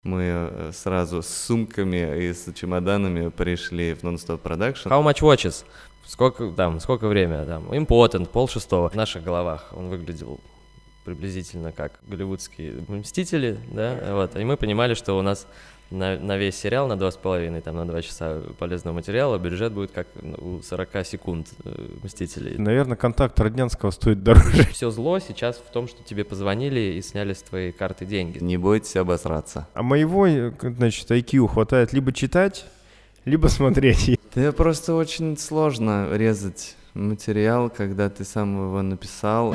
Мы сразу с сумками и с чемоданами пришли в Non-Stop Production. How much watches? Сколько время? Impotent, 5:30. В наших головах он выглядел приблизительно как голливудские «Мстители», да, вот. И мы понимали, что у нас на весь сериал, на 2,5, на 2 часа полезного материала бюджет будет как у 40 секунд «Мстителей». Наверное, контакт Роднянского стоит дороже. Все зло сейчас в том, что тебе позвонили и сняли с твоей карты деньги. Не бойтесь обосраться. А моего, значит, IQ хватает либо читать, либо смотреть. Да просто очень сложно резать материал, когда ты сам его написал.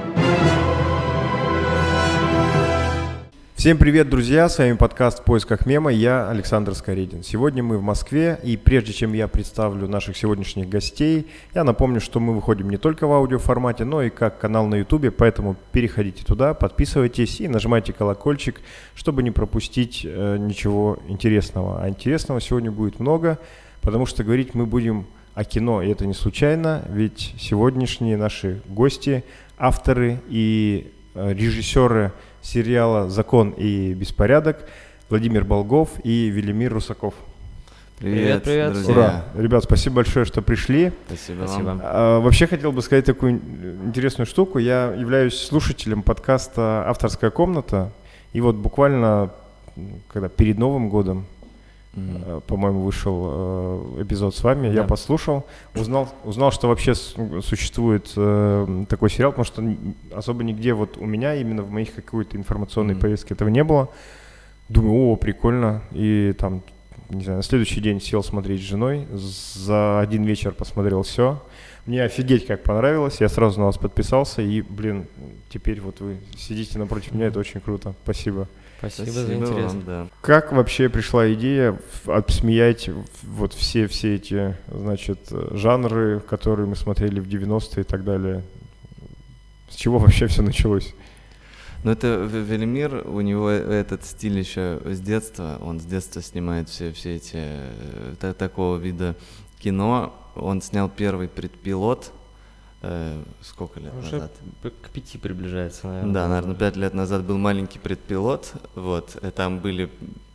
Всем привет, друзья! С вами подкаст «В поисках мема». Я Александр Скоредин. Сегодня мы в Москве, и прежде чем я представлю наших сегодняшних гостей, я напомню, что мы выходим не только в аудиоформате, но и как канал на YouTube, поэтому переходите туда, подписывайтесь и нажимайте колокольчик, чтобы не пропустить ничего интересного. А интересного сегодня будет много, потому что говорить мы будем о кино, и это не случайно, ведь сегодняшние наши гости, авторы и режиссеры сериала «Закон и беспорядок» Владимир Болгов и Велимир Русаков. Привет, друзья. Ура! Ребят, спасибо большое, что пришли. Спасибо. Вообще хотел бы сказать такую интересную штуку. Я являюсь слушателем подкаста «Авторская комната». И вот буквально, когда перед Новым годом, по-моему, вышел эпизод с вами, да. Я послушал, узнал, что вообще существует такой сериал, потому что особо нигде вот у меня именно в моих какой-то информационной повестке этого не было. Думаю, прикольно. И там, не знаю, на следующий день сел смотреть с женой, за один вечер посмотрел все. Мне офигеть как понравилось, я сразу на вас подписался, и, теперь вот вы сидите напротив меня, это очень круто. Спасибо. Спасибо за интерес. Вам, да. Как вообще пришла идея обсмеять вот все эти, значит, жанры, которые мы смотрели в 90-е и так далее? С чего вообще все началось? Ну, это Велимир, у него этот стиль еще с детства. Он с детства снимает все эти такого вида кино. Он снял первый предпилот. Сколько лет уже назад? К 5 приближается, наверное. Да, наверное, 5 лет назад был маленький предпилот. Вот, там были,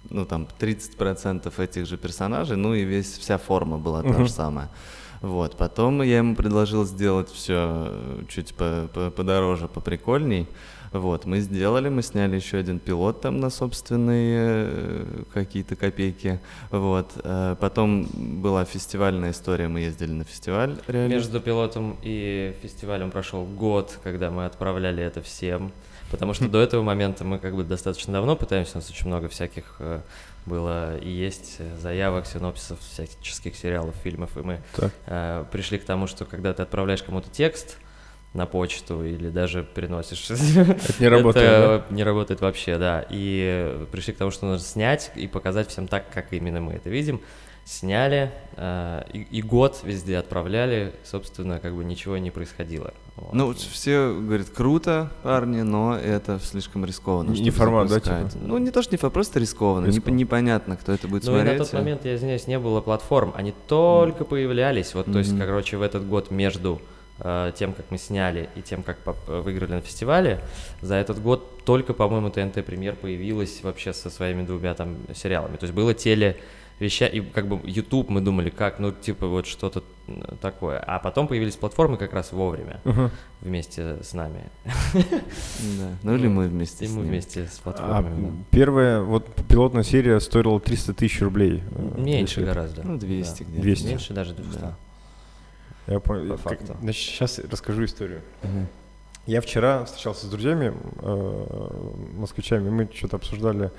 30% этих же персонажей, и вся форма была та же самая. Вот, потом я ему предложил сделать все чуть подороже, поприкольней. Вот, мы сняли еще один пилот там на собственные какие-то копейки. Вот, потом была фестивальная история, мы ездили на фестиваль. Реально. Между пилотом и фестивалем прошел год, когда мы отправляли это всем, потому что до этого момента мы достаточно давно пытаемся, у нас очень много всяких было и есть заявок, синопсисов, всяческих сериалов, фильмов, и мы пришли к тому, что когда ты отправляешь кому-то текст на почту или даже переносишь. Это не работает, это не работает вообще, да. И пришли к тому, что нужно снять и показать всем так, как именно мы это видим. Сняли, и год везде отправляли, собственно, ничего не происходило. Вот. Все говорят, круто, парни, но это слишком рискованно. Не формат, да, типа? Не то, что просто рискованно, непонятно, кто это будет смотреть. И на тот момент, я извиняюсь, не было платформ, они только появлялись, то есть, в этот год между тем, как мы сняли, и тем, как выиграли на фестивале, за этот год только, по-моему, ТНТ Премьер появилась вообще со своими 2 сериалами. То есть было телевещание, и YouTube мы думали, что-то такое. А потом появились платформы как раз вовремя, вместе с нами. Да, или мы вместе с ними. Мы вместе с платформами. Первая пилотная серия стоила 300 тысяч рублей. Меньше гораздо. 200 где-то. 200. Меньше даже 200. Да. Я понял. Значит, сейчас расскажу историю. Я вчера встречался с друзьями, москвичами, мы что-то обсуждали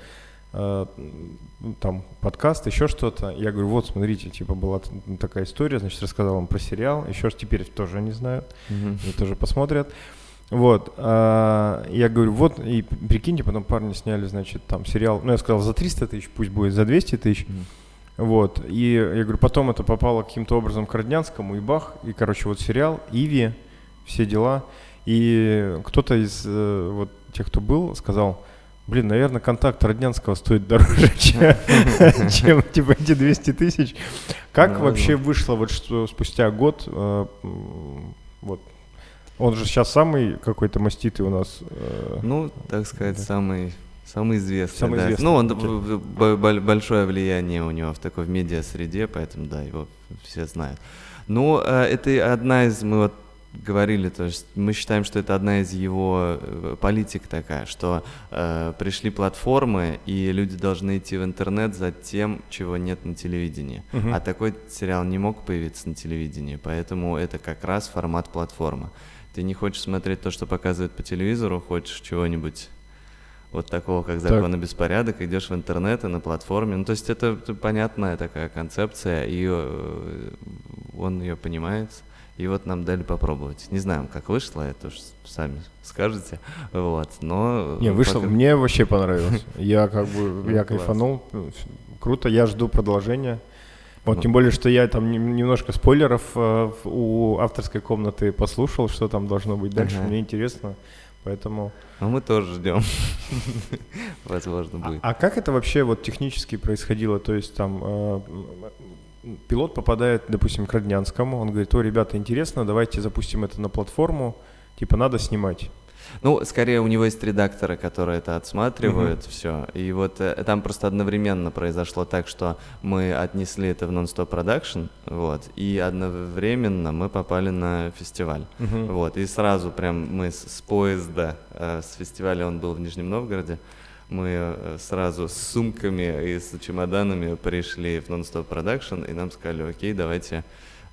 там подкаст, еще что-то. Я говорю, вот, смотрите, была такая история, значит, рассказал вам про сериал, еще теперь тоже они знают, они тоже посмотрят. Вот, я говорю, вот, и прикиньте, потом парни сняли, значит, там сериал, я сказал, за 300 тысяч, пусть будет за 200 тысяч. Вот, и я говорю, потом это попало каким-то образом к Роднянскому, и бах, и, сериал, Иви, все дела, и кто-то из тех, кто был, сказал, наверное, контакт Роднянского стоит дороже, чем эти 200 тысяч. Как вообще вышло, что спустя год, он же сейчас самый какой-то маститый у нас? Так сказать, самый Самый известный, Самый да. известный, Ну, он окей. большое влияние у него в такой в медиа-среде, поэтому, да, его все знают. Ну, это одна из, мы вот говорили, то есть мы считаем, что это одна из его политик такая, что пришли платформы, и люди должны идти в интернет за тем, чего нет на телевидении. А такой сериал не мог появиться на телевидении, поэтому это как раз формат платформы. Ты не хочешь смотреть то, что показывают по телевизору, хочешь чего-нибудь вот такого, как «Закон и беспорядок», идешь в интернет и на платформе. Ну, то есть это понятная такая концепция, и он ее понимает. И вот нам дали попробовать. Не знаем, как вышло, это уж сами скажете. Вот, но... Не, вышло, мне вообще понравилось. Я кайфанул. Круто, я жду продолжения. Вот, тем более, что я там немножко спойлеров у авторской комнаты послушал, что там должно быть дальше. Мне интересно, поэтому... Ну, мы тоже ждем. Возможно, будет. А как это вообще вот технически происходило? То есть там... Пилот попадает, допустим, к Роднянскому, он говорит: о, ребята, интересно, давайте запустим это на платформу, типа надо снимать. Ну, скорее у него есть редакторы, которые это отсматривают, все. И вот там просто одновременно произошло так, что мы отнесли это в Non-Stop Production, вот, и одновременно мы попали на фестиваль. Вот, и сразу прям мы с поезда, с фестиваля, он был в Нижнем Новгороде, мы сразу с сумками и с чемоданами пришли в Non-Stop Production, и нам сказали: окей, давайте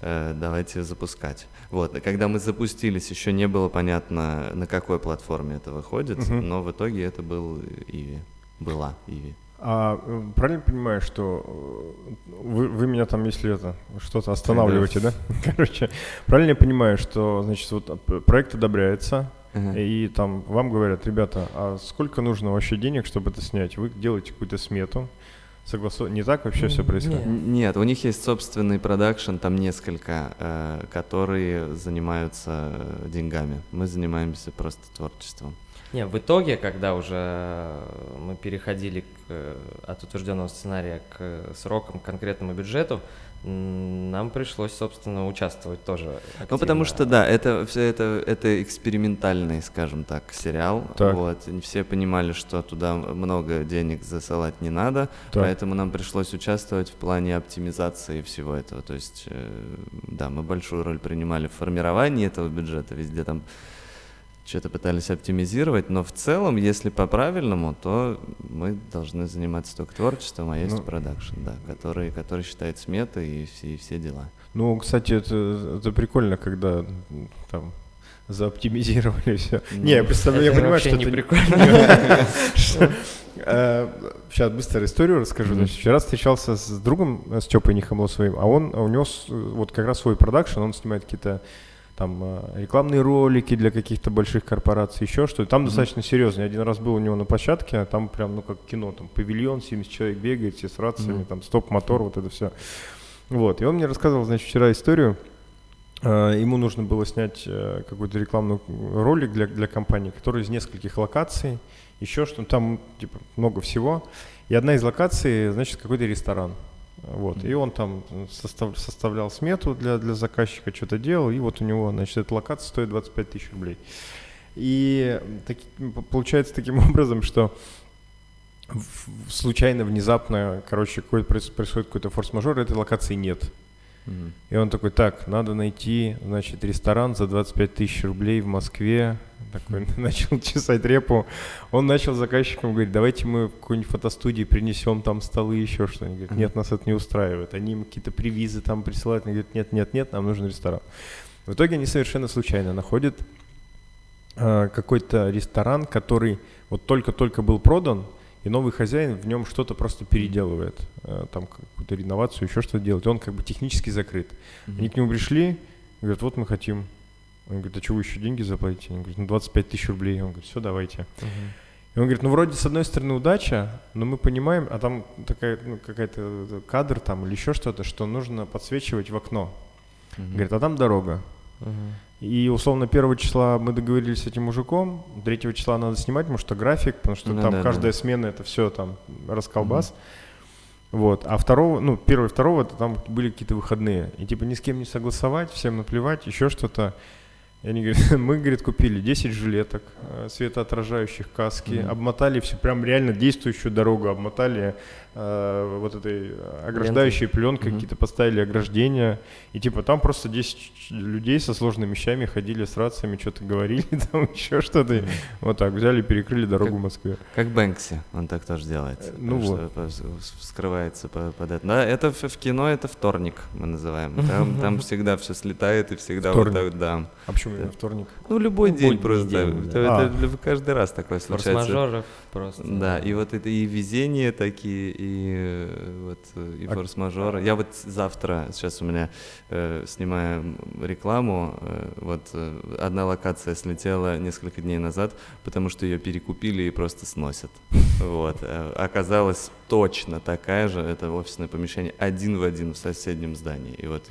запускать. Вот. И когда мы запустились, еще не было понятно, на какой платформе это выходит, но в итоге это был Иви. Была Иви. А правильно понимаю, что вы меня там, если это что-то останавливаете, да? Короче, правильно я понимаю, что, значит, вот проект одобряется, и там вам говорят: ребята, а сколько нужно вообще денег, чтобы это снять? Вы делаете какую-то смету, не так вообще все происходит? Нет, у них есть собственный продакшн, там несколько, которые занимаются деньгами. Мы занимаемся просто творчеством. Не, в итоге, когда уже мы переходили от утвержденного сценария к срокам, к конкретному бюджету, нам пришлось, собственно, участвовать тоже активно. Ну, потому что, да, это экспериментальный, скажем так, сериал. Так. Вот. Все понимали, что туда много денег засылать не надо, поэтому нам пришлось участвовать в плане оптимизации всего этого. То есть, да, мы большую роль принимали в формировании этого бюджета, везде там что-то пытались оптимизировать, но в целом, если по-правильному, то мы должны заниматься только творчеством, а есть продакшн, да, который считает сметы и все дела. Ну, кстати, это прикольно, когда там заоптимизировали все. Не, я представляю, я понимаю, что это не прикольно. Сейчас быстро историю расскажу. Значит, вчера встречался с другом, с Тёпой Нихомлосовым, а у него вот как раз свой продакшн, он снимает какие-то там рекламные ролики для каких-то больших корпораций, еще что-то. Там достаточно серьезно. Я один раз был у него на площадке, там прям, ну, как кино, там павильон, 70 человек бегает, все с рациями, там стоп-мотор, вот это все. Вот, и он мне рассказывал, значит, вчера историю. Ему нужно было снять какой-то рекламный ролик для компании, который из нескольких локаций, еще что-то, там типа много всего. И одна из локаций, значит, какой-то ресторан. Вот. И он там составлял смету для заказчика, что-то делал, и вот у него, значит, эта локация стоит 25 тысяч рублей. И получается таким образом, что случайно, внезапно, короче, происходит какой-то форс-мажор, этой локации нет. И он такой: так, надо найти, значит, ресторан за 25 тысяч рублей в Москве. Такой начал чесать репу. Он начал заказчикам говорить: давайте мы в какой-нибудь фотостудии принесем там столы, еще что-нибудь. Говорит: нет, нас это не устраивает. Они им какие-то привизы там присылают. Они говорят: нет, нам нужен ресторан. В итоге они совершенно случайно находят какой-то ресторан, который вот только-только был продан, и новый хозяин в нем что-то просто переделывает, там какую-то реновацию, еще что-то делает, и он как бы технически закрыт. Они к нему пришли, говорят: вот мы хотим. Он говорит: а что вы еще деньги заплатите? Они говорят: 25 тысяч рублей. Он говорит: все, давайте. И он говорит: ну, вроде с одной стороны удача, но мы понимаем, а там такая, ну, какая-то кадр там или еще что-то, что нужно подсвечивать в окно. Говорит: а там дорога. И, условно, 1 числа мы договорились с этим мужиком, 3 числа надо снимать, потому что график, потому что там каждая смена, это все там расколбас. Вот, а 1 и 2 это там были какие-то выходные. И типа ни с кем не согласовать, всем наплевать, еще что-то. И они говорят, мы, говорит, купили 10 жилеток, светоотражающих, каски, обмотали все, прям реально действующую дорогу, обмотали вот этой ограждающей пленкой, какие-то поставили ограждения, и типа там просто 10 людей со сложными вещами ходили с рациями, что-то говорили, там еще что-то, вот так взяли, перекрыли дорогу в Москве. Как Бэнкси, он так тоже делает, ну вот. Скрывается под это. Да, это в кино, это вторник мы называем, там всегда все слетает и всегда вот так, да. А почему именно вторник? Ну, любой день просто, день, это каждый раз такое случается. Форс-мажоров просто. Да, и вот это и везение такие, и вот и форс-мажоры. Я вот завтра, сейчас у меня снимаю рекламу, вот одна локация слетела несколько дней назад, потому что ее перекупили и просто сносят. Вот. Оказалось точно такая же, это офисное помещение, один в один в соседнем здании, и вот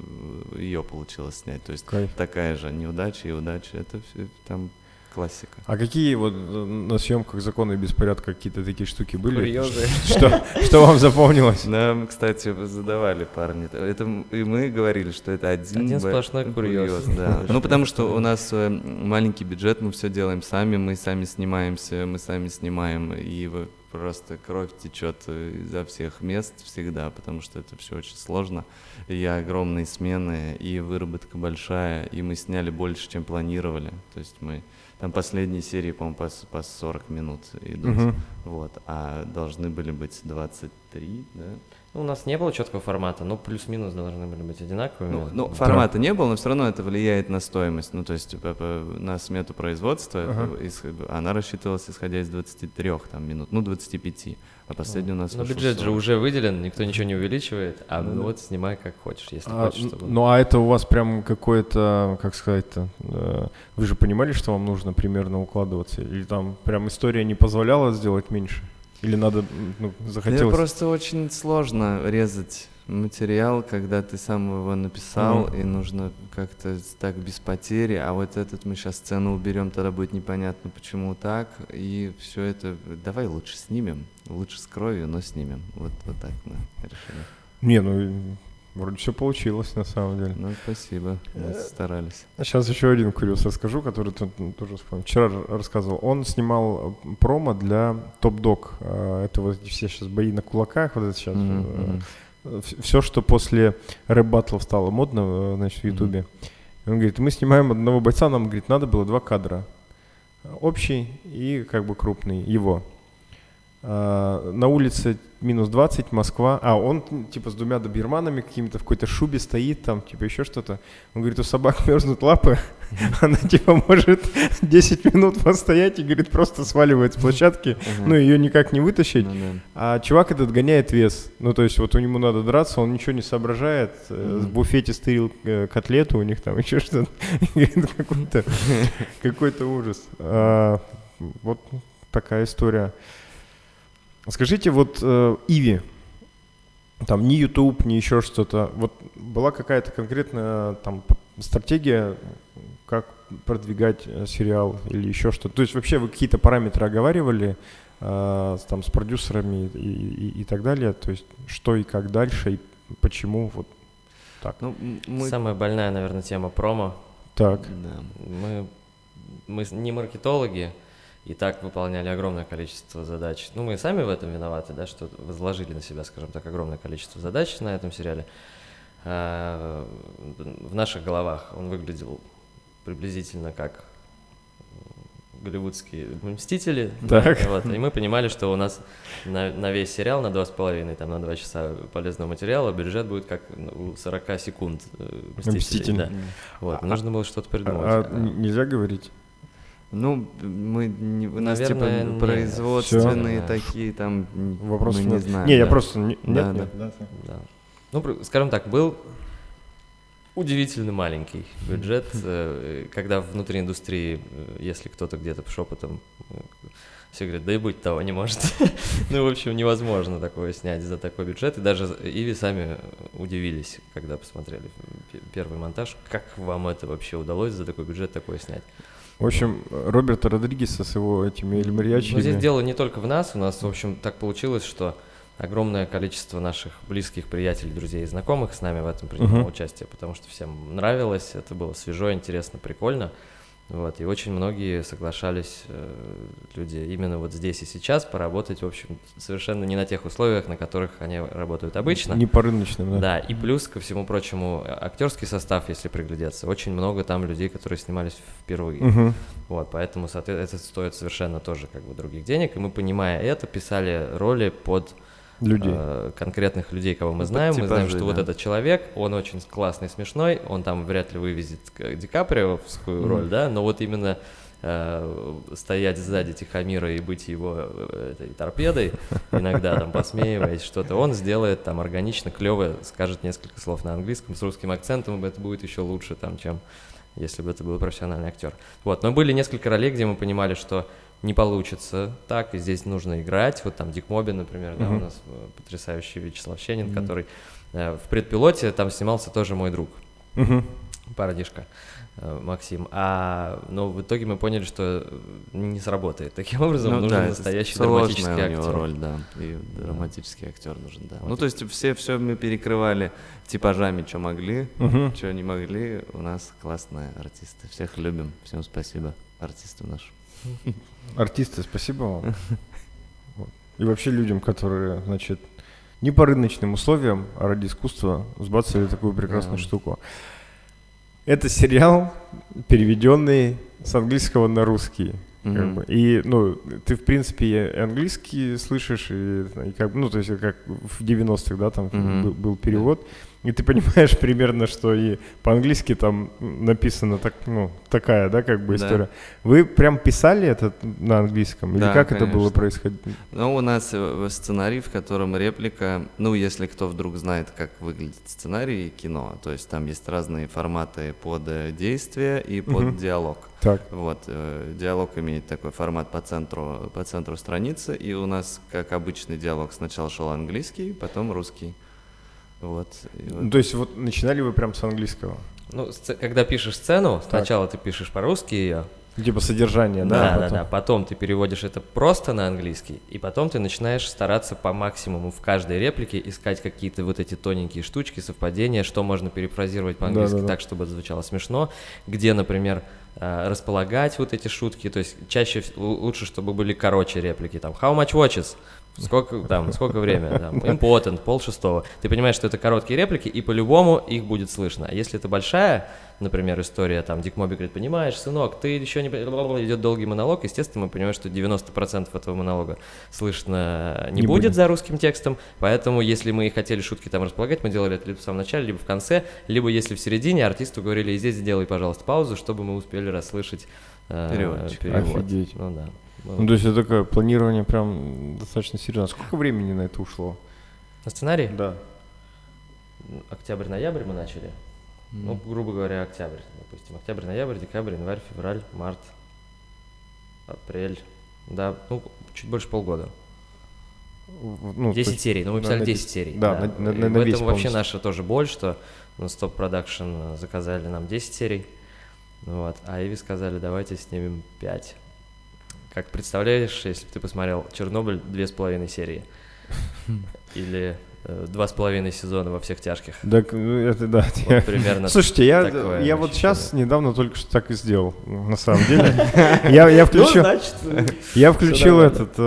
ее получилось снять. То есть такая же неудача и удача, это все там классика. А какие вот на съемках «Закона и беспорядка» какие-то такие штуки были? Курьезы. Что вам запомнилось? Нам, кстати, задавали парни. Это и мы говорили, что это один сплошной курьез. Да. Ну, потому что у нас маленький бюджет, мы все делаем сами, мы сами снимаемся, мы сами снимаем, и просто кровь течет изо всех мест всегда, потому что это все очень сложно. И огромные смены, и выработка большая, и мы сняли больше, чем планировали. То есть мы там последние серии, по-моему, по 40 минут идут, вот, а должны были быть 23, да? Ну, у нас не было четкого формата, но плюс-минус должны были быть одинаковыми. Ну, формата не было, но все равно это влияет на стоимость. Ну, то есть на смету производства она рассчитывалась исходя из 23 там, минут, 25, а последний у нас но бюджет 40. же уже выделен, никто ничего не увеличивает, вот снимай как хочешь, если хочешь, чтобы... Ну, а это у вас прям какое-то, как сказать-то, вы же понимали, что вам нужно примерно укладываться? Или там прям история не позволяла сделать меньше? Или надо, захотелось? Просто очень сложно резать материал, когда ты сам его написал, и нужно как-то так без потери, а вот этот мы сейчас сцену уберем, тогда будет непонятно, почему так, и все это, давай лучше снимем, лучше с кровью, но снимем, вот так мы решили. Не, вроде все получилось на самом деле. Ну, спасибо, мы старались. Сейчас еще один курьез расскажу, который тут тоже вспомнил. Вчера рассказывал. Он снимал промо для Top Dog. Это вот все сейчас бои на кулаках, вот это сейчас. Все, что после рэп-баттлов стало модно, значит, в Ютубе. Он говорит, мы снимаем одного бойца, нам, говорит, надо было 2 кадра. Общий и как бы крупный, его. На улице минус 20, Москва. Он типа с 2 доберманами какими-то в какой-то шубе стоит, там типа еще что-то. Он говорит, у собак мерзнут лапы, она типа может 10 минут постоять и, говорит, просто сваливает с площадки, ее никак не вытащить. А чувак этот гоняет вес. Ну, то есть вот у него надо драться, он ничего не соображает. В буфете стырил котлету, у них там еще что-то. Какой-то ужас. Вот такая история. Скажите, вот Иви, там ни YouTube, ни еще что-то, вот была какая-то конкретная там стратегия, как продвигать сериал или еще что-то? То есть вообще вы какие-то параметры оговаривали там с продюсерами и так далее? То есть что и как дальше и почему вот так? Самая больная, наверное, тема промо. Так. Да. Мы не маркетологи. И так выполняли огромное количество задач. Мы сами в этом виноваты, да, что возложили на себя, скажем так, огромное количество задач на этом сериале. В наших головах он выглядел приблизительно как голливудские «Мстители». Так. Вот, и мы понимали, что у нас на весь сериал, на 2,5, там, на 2 часа полезного материала бюджет будет как у 40 секунд «Мстителей». Да. Вот, нужно было что-то придумать. Нельзя говорить? У нас наверное, типа производственные такие там, вопросов мы не знаем. Я просто... Нет. Скажем так, был удивительно маленький бюджет, когда внутри индустрии, если кто-то где-то шепотом, все говорят, да и быть того не может. В общем, невозможно такое снять за такой бюджет, и даже Иви сами удивились, когда посмотрели первый монтаж, как вам это вообще удалось за такой бюджет такое снять. В общем, Роберта Родригеса с его этими эль-Марьячи. Здесь дело не только в нас, у нас, в общем, так получилось, что огромное количество наших близких приятелей, друзей и знакомых с нами в этом принимало участие, потому что всем нравилось, это было свежо, интересно, прикольно. Вот, и очень многие соглашались, люди, именно вот здесь и сейчас поработать, в общем, совершенно не на тех условиях, на которых они работают обычно. Не по рыночным, да. Да, и плюс, ко всему прочему, актерский состав, если приглядеться, очень много там людей, которые снимались впервые. Вот, поэтому, соответственно, это стоит совершенно тоже как бы других денег, и мы, понимая это, писали роли под конкретных людей, кого мы знаем. Мы знаем, что вот этот человек, он очень классный, смешной, он там вряд ли вывезет Ди Каприо в свою роль, да, но вот именно стоять сзади Тихомира и быть его этой торпедой, иногда там посмеиваясь что-то, он сделает там органично, клево, скажет несколько слов на английском с русским акцентом, это будет еще лучше там, чем если бы это был профессиональный актер. Вот, но были несколько ролей, где мы понимали, что не получится так, и здесь нужно играть. Вот там Дик Моби, например, да, у нас потрясающий Вячеслав Щенин, который в «Предпилоте» там снимался тоже мой друг, пародишка Максим. Но в итоге мы поняли, что не сработает. Таким образом, нужен настоящий драматический актер. У него роль, да, и драматический актер нужен, да. Вот. Ну, то есть все мы перекрывали типажами, что могли, что не могли. У нас классные артисты. Всех любим. Всем спасибо артистам нашим. Артисты, спасибо вам. И вообще людям, которые, значит, не по рыночным условиям, а ради искусства сбацали такую прекрасную штуку. Это сериал, переведенный с английского на русский. Как бы. И, ну, ты, в принципе, и английский слышишь, и как, ну, то есть, как в 90-х, да, там был перевод. И ты понимаешь примерно, что и по-английски там написано так, ну, такая, да, как бы история. Вы прям писали это на английском? Или как конечно. Это было происходить? Ну, у нас сценарий, в котором реплика, ну, если кто вдруг знает, как выглядит сценарий кино, то есть там есть разные форматы под действие и под диалог. Так. Вот, диалог имеет такой формат по центру страницы, и у нас, как обычный диалог, сначала шел английский, потом русский. Вот. Ну, то есть вот начинали вы прям с английского? Ну, когда пишешь сцену, сначала ты пишешь по-русски ее. Типа содержание, да? Да. Потом ты переводишь это просто на английский, и потом ты начинаешь стараться по максимуму в каждой реплике искать какие-то вот эти тоненькие штучки, совпадения, что можно перефразировать по-английски так, чтобы это звучало смешно, где, например, располагать вот эти шутки, то есть чаще лучше, чтобы были короче реплики, там, how much watches? Сколько время, там, important, 5:30. Ты понимаешь, что это короткие реплики, и по-любому их будет слышно. А если это большая, например, история, там, Дик Моби говорит, понимаешь, сынок, ты еще не... Идет долгий монолог, естественно, мы понимаем, что 90% этого монолога слышно не будет за русским текстом, поэтому, если мы и хотели шутки там располагать, мы делали это либо в самом начале, либо в конце, либо, если в середине, артисту говорили, и здесь сделай, пожалуйста, паузу, чтобы мы успели расслышать перевод. Офигеть. Ну да. Ну, то есть это такое планирование прям достаточно серьезно. Сколько времени на это ушло? На сценарий? Да. Октябрь-ноябрь мы начали. Ну, грубо говоря, октябрь, допустим. Октябрь-ноябрь, декабрь, январь, февраль, март, апрель. Да, ну, чуть больше полгода. Ну, 10 серий, но мы писали 10 серий. Да, на в этом вообще наша тоже боль, что Non-Stop Production заказали нам 10 серий. Вот, а Иви сказали, давайте снимем 5. Как представляешь, если бы ты посмотрел «Чернобыль» 2,5 серии или 2,5 сезона «Во всех тяжких». Так, это да. Вот примерно. Слушайте, я вот сейчас недавно только что так и сделал, на самом деле. Я включил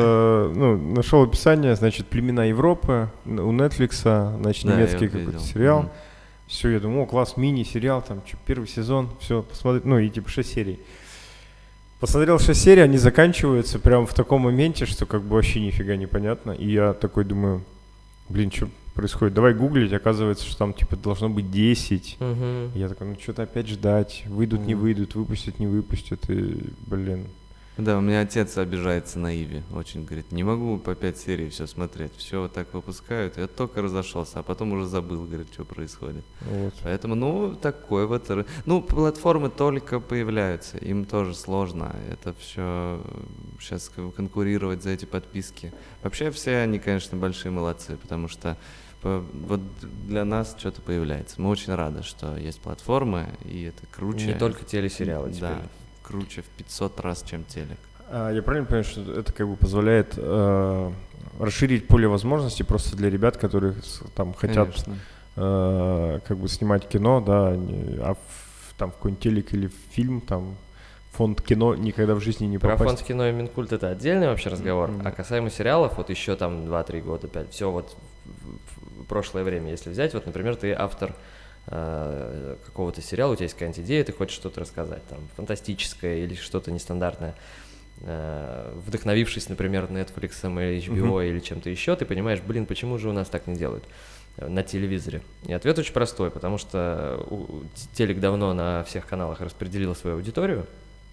нашел описание, значит, «Племена Европы» у Netflix, значит, немецкий какой-то сериал. Все, я думаю, класс, мини-сериал, там, первый сезон, все, посмотреть, ну и типа 6 серий. Посмотрел 6 серий, они заканчиваются прямо в таком моменте, что как бы вообще нифига не понятно. И я такой думаю, блин, что происходит? Давай гуглить, оказывается, что там типа должно быть 10. И я такой, ну что-то опять ждать, выйдут, не выйдут, выпустят, не выпустят, и, блин. Да, у меня отец обижается на Иви, очень говорит, не могу по 5 серий все смотреть, все вот так выпускают, я только разошелся, а потом уже забыл, говорит, что происходит. Вот. Поэтому, ну, такой вот, ну, платформы только появляются, им тоже сложно, это все сейчас конкурировать за эти подписки. Вообще все они, конечно, большие молодцы, потому что вот для нас что-то появляется. Мы очень рады, что есть платформы, и это круче. Не только телесериалы теперь. Да. Круче в 500 раз, чем телек. Я правильно понимаю, что это как бы позволяет расширить поле возможностей просто для ребят, которые там хотят как бы снимать кино, да, там в какой-нибудь телек или в фильм, там фонд кино никогда в жизни не попасть. Про фонд кино и Минкульт это отдельный вообще разговор, а касаемо сериалов, вот еще там 2-3 года, 5, все вот в прошлое время, если взять, вот, например, ты автор какого-то сериала, у тебя есть какая-нибудь идея, ты хочешь что-то рассказать, там, фантастическое или что-то нестандартное, вдохновившись, например, Netflix или HBO или чем-то еще, ты понимаешь, блин, почему же у нас так не делают на телевизоре? И ответ очень простой, потому что телек давно на всех каналах распределил свою аудиторию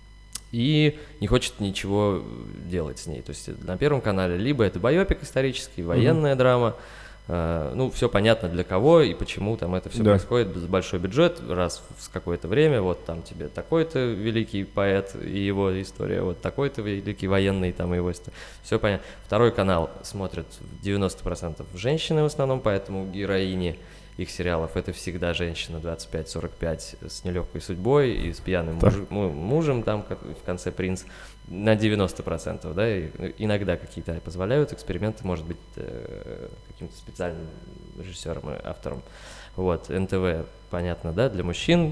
и не хочет ничего делать с ней. То есть на Первом канале либо это байопик исторический, военная драма, ну, все понятно для кого и почему там это все происходит, за большой бюджет, раз в какое-то время, вот там тебе такой-то великий поэт и его история, вот такой-то великий военный, там и его история, все понятно. Второй канал смотрят 90% женщины в основном, поэтому героини их сериалов это всегда женщина 25-45 с нелегкой судьбой и с пьяным мужем, там в конце принц, на 90%, да, и иногда какие-то позволяют эксперименты, может быть, каким-то специальным режиссером и автором. Вот, НТВ, понятно, да, для мужчин,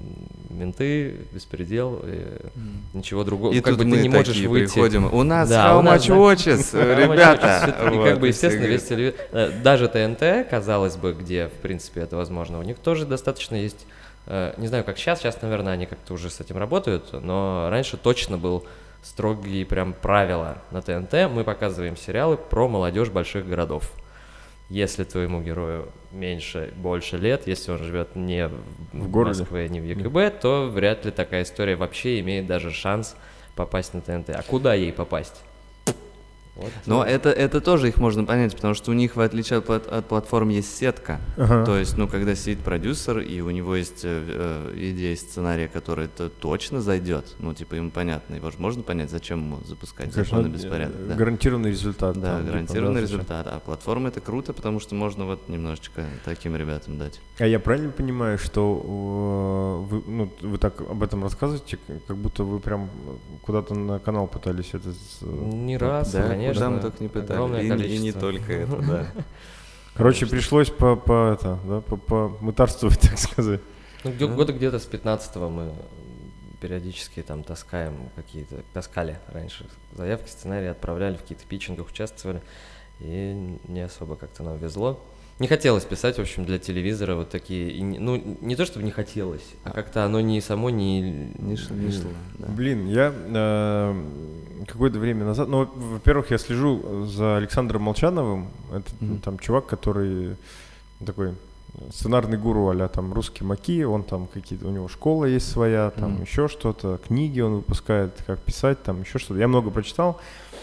менты, беспредел, ничего другого. И как тут бы мы ты не можешь выйти. Приходим. У нас да, how much watches, ребята. И как бы, естественно, весь телевизор, даже ТНТ, казалось бы, где, в принципе, это возможно, у них тоже достаточно есть, не знаю, как сейчас, наверное, они как-то уже с этим работают, но раньше точно был строгие прям правила на ТНТ. Мы показываем сериалы про молодежь больших городов. Если твоему герою больше лет, если он живет не в Москве, не в ЕКБ, то вряд ли такая история вообще имеет даже шанс попасть на ТНТ. А куда ей попасть? Вот. Но это тоже их можно понять, потому что у них, в отличие от платформ, есть сетка. То есть, ну, когда сидит продюсер, и у него есть идея сценария, которая точно зайдет, ну, типа, ему понятно, его же можно понять, зачем ему запускать законы беспорядок. Да. Гарантированный результат. Да, там, гарантированный результат. А платформа это круто, потому что можно вот немножечко таким ребятам дать. А я правильно понимаю, что вы так об этом рассказываете, как будто вы прям куда-то на канал пытались это... Не раз, да, конечно. Куда мы только не пытались. И не только это, да. Короче, пришлось помытарствовать, так сказать. Ну, года где-то с 15-го мы периодически там таскали раньше заявки, сценарии, отправляли, в каких-то питчингах участвовали, и не особо как-то нам везло. Не хотелось писать, в общем, для телевизора вот такие, ну, не то чтобы не хотелось, а как-то оно не шло. Да. Блин, я какое-то время назад, ну, во-первых, я слежу за Александром Молчановым, это там чувак, который такой сценарный гуру а-ля там русский Маки, он там какие-то, у него школа есть своя, там еще что-то, книги он выпускает, как писать, там еще что-то. Я много прочитал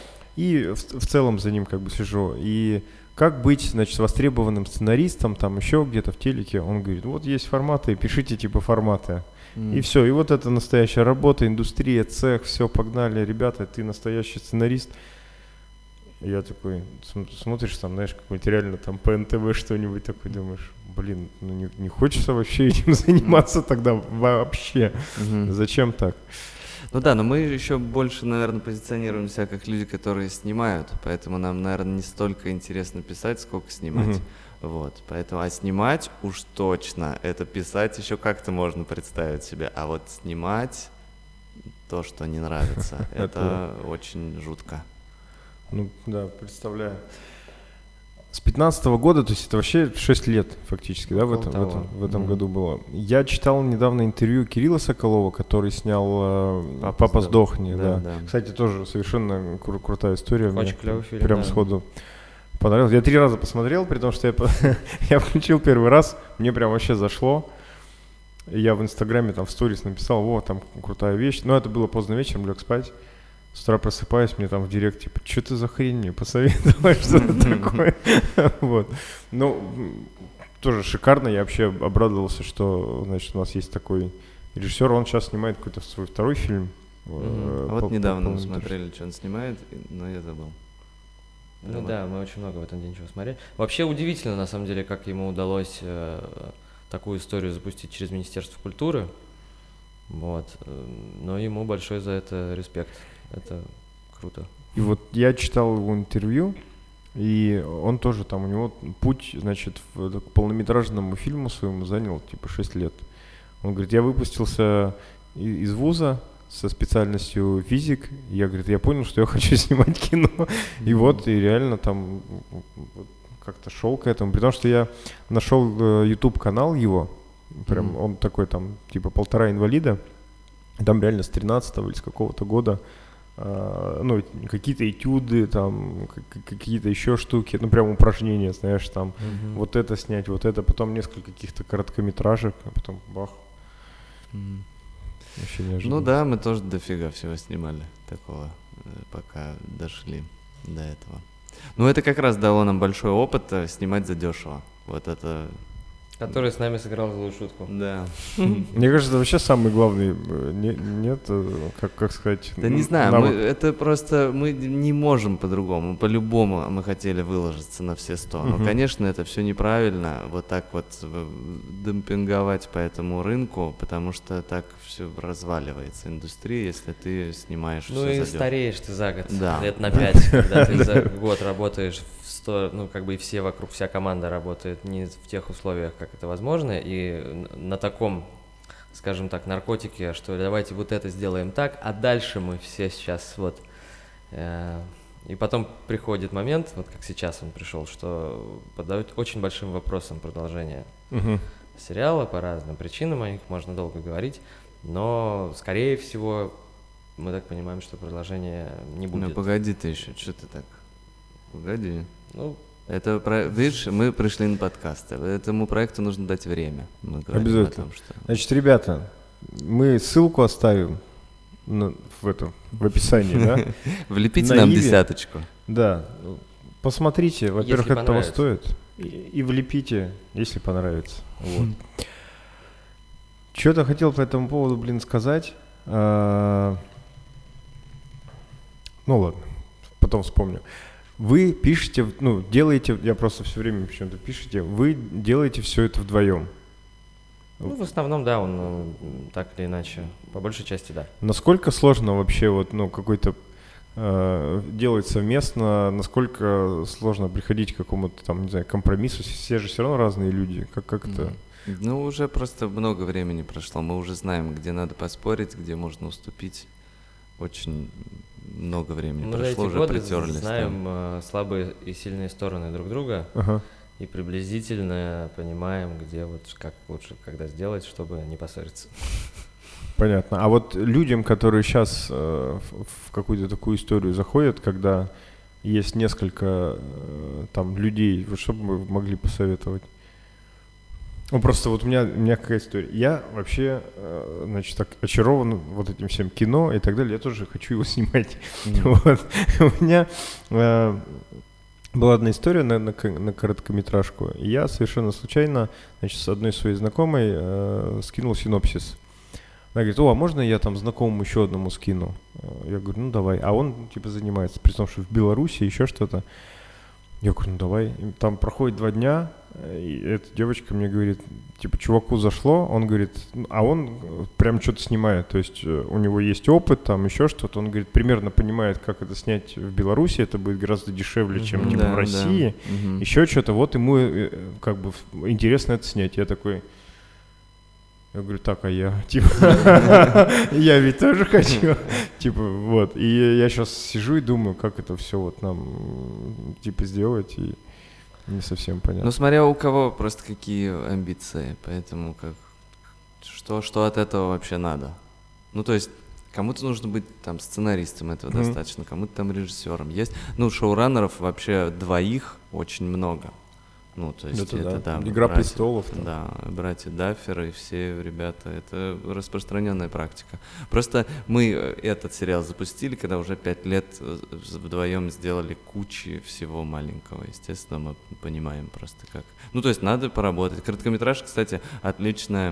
и в целом за ним как бы слежу. И как быть, значит, востребованным сценаристом, там еще где-то в телеке, он говорит, вот есть форматы, пишите типа форматы. И все, и вот это настоящая работа, индустрия, цех, все, погнали, ребята, ты настоящий сценарист. И я такой, смотришь там, знаешь, какой-нибудь реально там по НТВ что-нибудь такой, думаешь, блин, ну не хочется вообще этим заниматься тогда вообще, зачем так? Ну да, но мы еще больше, наверное, позиционируем себя как люди, которые снимают, поэтому нам, наверное, не столько интересно писать, сколько снимать. Вот, поэтому, а снимать уж точно, это писать еще как-то можно представить себе, а вот снимать то, что не нравится, это очень жутко. Ну да, представляю. С 15-го года, то есть это вообще 6 лет фактически, да, в этом году было. Я читал недавно интервью Кирилла Соколова, который снял «Папа сдохни». Да. Кстати, тоже совершенно крутая история. Очень клевый фильм. Прям сходу понравилось. Я 3 раза посмотрел, при том, что я включил первый раз, мне прям вообще зашло. Я в Инстаграме там в сторис написал, вот, там крутая вещь. Но это было поздно вечером, лег спать. С утра просыпаюсь, мне там в директ, типа, что ты за хрень мне посоветовал, что-то такое. Вот. Ну, тоже шикарно, я вообще обрадовался, что, значит, у нас есть такой режиссер, он сейчас снимает какой-то свой второй фильм. Вот недавно мы смотрели, что он снимает, но я забыл. Ну да, мы очень много в этом день чего смотрели. Вообще удивительно, на самом деле, как ему удалось такую историю запустить через Министерство культуры. Вот. Но ему большой за это респект. Это Круто. И вот я читал его интервью, и он тоже там, у него путь, значит, к полнометражному фильму своему занял типа 6 лет. Он говорит, я выпустился из вуза со специальностью физик, я, говорит, я понял, что я хочу снимать кино, и вот, и реально там как-то шел к этому, при том, что я нашел YouTube-канал его, прям он такой там, типа 1,5 инвалида, там реально с 13-го или с какого-то года, ну, какие-то этюды, там, какие-то еще штуки, ну, прям упражнения, знаешь, там, вот это снять, вот это, потом несколько каких-то короткометражек, а потом бах. Вообще неожиданно. Ну да, мы тоже дофига всего снимали такого, пока дошли до этого. Ну, это как раз дало нам большой опыт снимать задешево. Вот это... Который с нами сыграл злую шутку. Да. Мне кажется, это вообще самый главный, нет, как сказать... Да не знаю, это просто мы не можем по-другому. По-любому мы хотели выложиться на все 100. Но, конечно, это все неправильно, вот так вот демпинговать по этому рынку, потому что так все разваливается индустрия, если ты снимаешь все Ну и задешево. Стареешь ты за год, Да. лет на 5, когда ты за год работаешь в 100, ну как бы и все вокруг, вся команда работает не в тех условиях, как это возможно, и на таком, скажем так, наркотике, что давайте вот это сделаем так, а дальше мы все сейчас вот... И потом приходит момент, вот как сейчас он пришел, что подают очень большим вопросом продолжение сериала по разным причинам, о них можно долго говорить, но, скорее всего, мы так понимаем, что продолжения не будет. Ну погоди ты еще, что ты так? Погоди. Ну, это, видишь, мы пришли на подкасты. Этому проекту нужно дать время. Мы обязательно. о том, что... Значит, ребята, мы ссылку оставим в описании, да? Влепите нам 10. Да. Посмотрите, во-первых, это того стоит. И влепите, если понравится. Вот. Что-то хотел по этому поводу, сказать. Ну ладно, потом вспомню. Вы пишете, ну, делаете, я просто все время почему-то пишете, вы делаете все это вдвоем. Ну, в основном, да, он так или иначе, по большей части, да. Насколько сложно вообще вот, ну, какой-то делать совместно, насколько сложно приходить к какому-то там, не знаю, компромиссу, все же все равно разные люди, как это? Ну, уже просто много времени прошло, мы уже знаем, где надо поспорить, где можно уступить. Очень много времени прошло, уже притерлись. Мы знаем слабые и сильные стороны друг друга и приблизительно понимаем, где вот как лучше, когда сделать, чтобы не поссориться. Понятно. А вот людям, которые сейчас в какую-то такую историю заходят, когда есть несколько там людей, вот что бы вы могли посоветовать? Ну, просто вот у меня какая история. Я вообще, значит, так очарован вот этим всем кино и так далее. Я тоже хочу его снимать. Вот. У меня была одна история на короткометражку. И я совершенно случайно, значит, с одной своей знакомой скинул синопсис. Она говорит, а можно я там знакомому еще одному скину? Я говорю, ну давай. А он типа занимается, при том, что в Беларуси еще что-то. Я говорю, ну давай. И там проходит 2 дня, и эта девочка мне говорит, типа, чуваку зашло, он говорит, а он прям что-то снимает, то есть у него есть опыт, там еще что-то, он говорит, примерно понимает, как это снять в Беларуси, это будет гораздо дешевле, чем типа в России, еще что-то, вот ему как бы интересно это снять. Я такой... Я говорю, так, а я, типа, я ведь тоже хочу, типа, вот. И я сейчас сижу и думаю, как это все вот нам, типа, сделать, и не совсем понятно. Ну, смотря у кого просто какие амбиции, поэтому как, что от этого вообще надо. Ну, то есть, кому-то нужно быть там сценаристом, этого достаточно, кому-то там режиссером. Есть, ну, шоураннеров вообще 2 очень много. Ну, то есть это да, «Игра престолов». Там. Да, братья Дафферы и все ребята, это распространенная практика. Просто мы этот сериал запустили, когда уже 5 лет вдвоем сделали кучи всего маленького. Естественно, мы понимаем просто как. Ну, то есть надо поработать. Короткометражка, кстати, отличный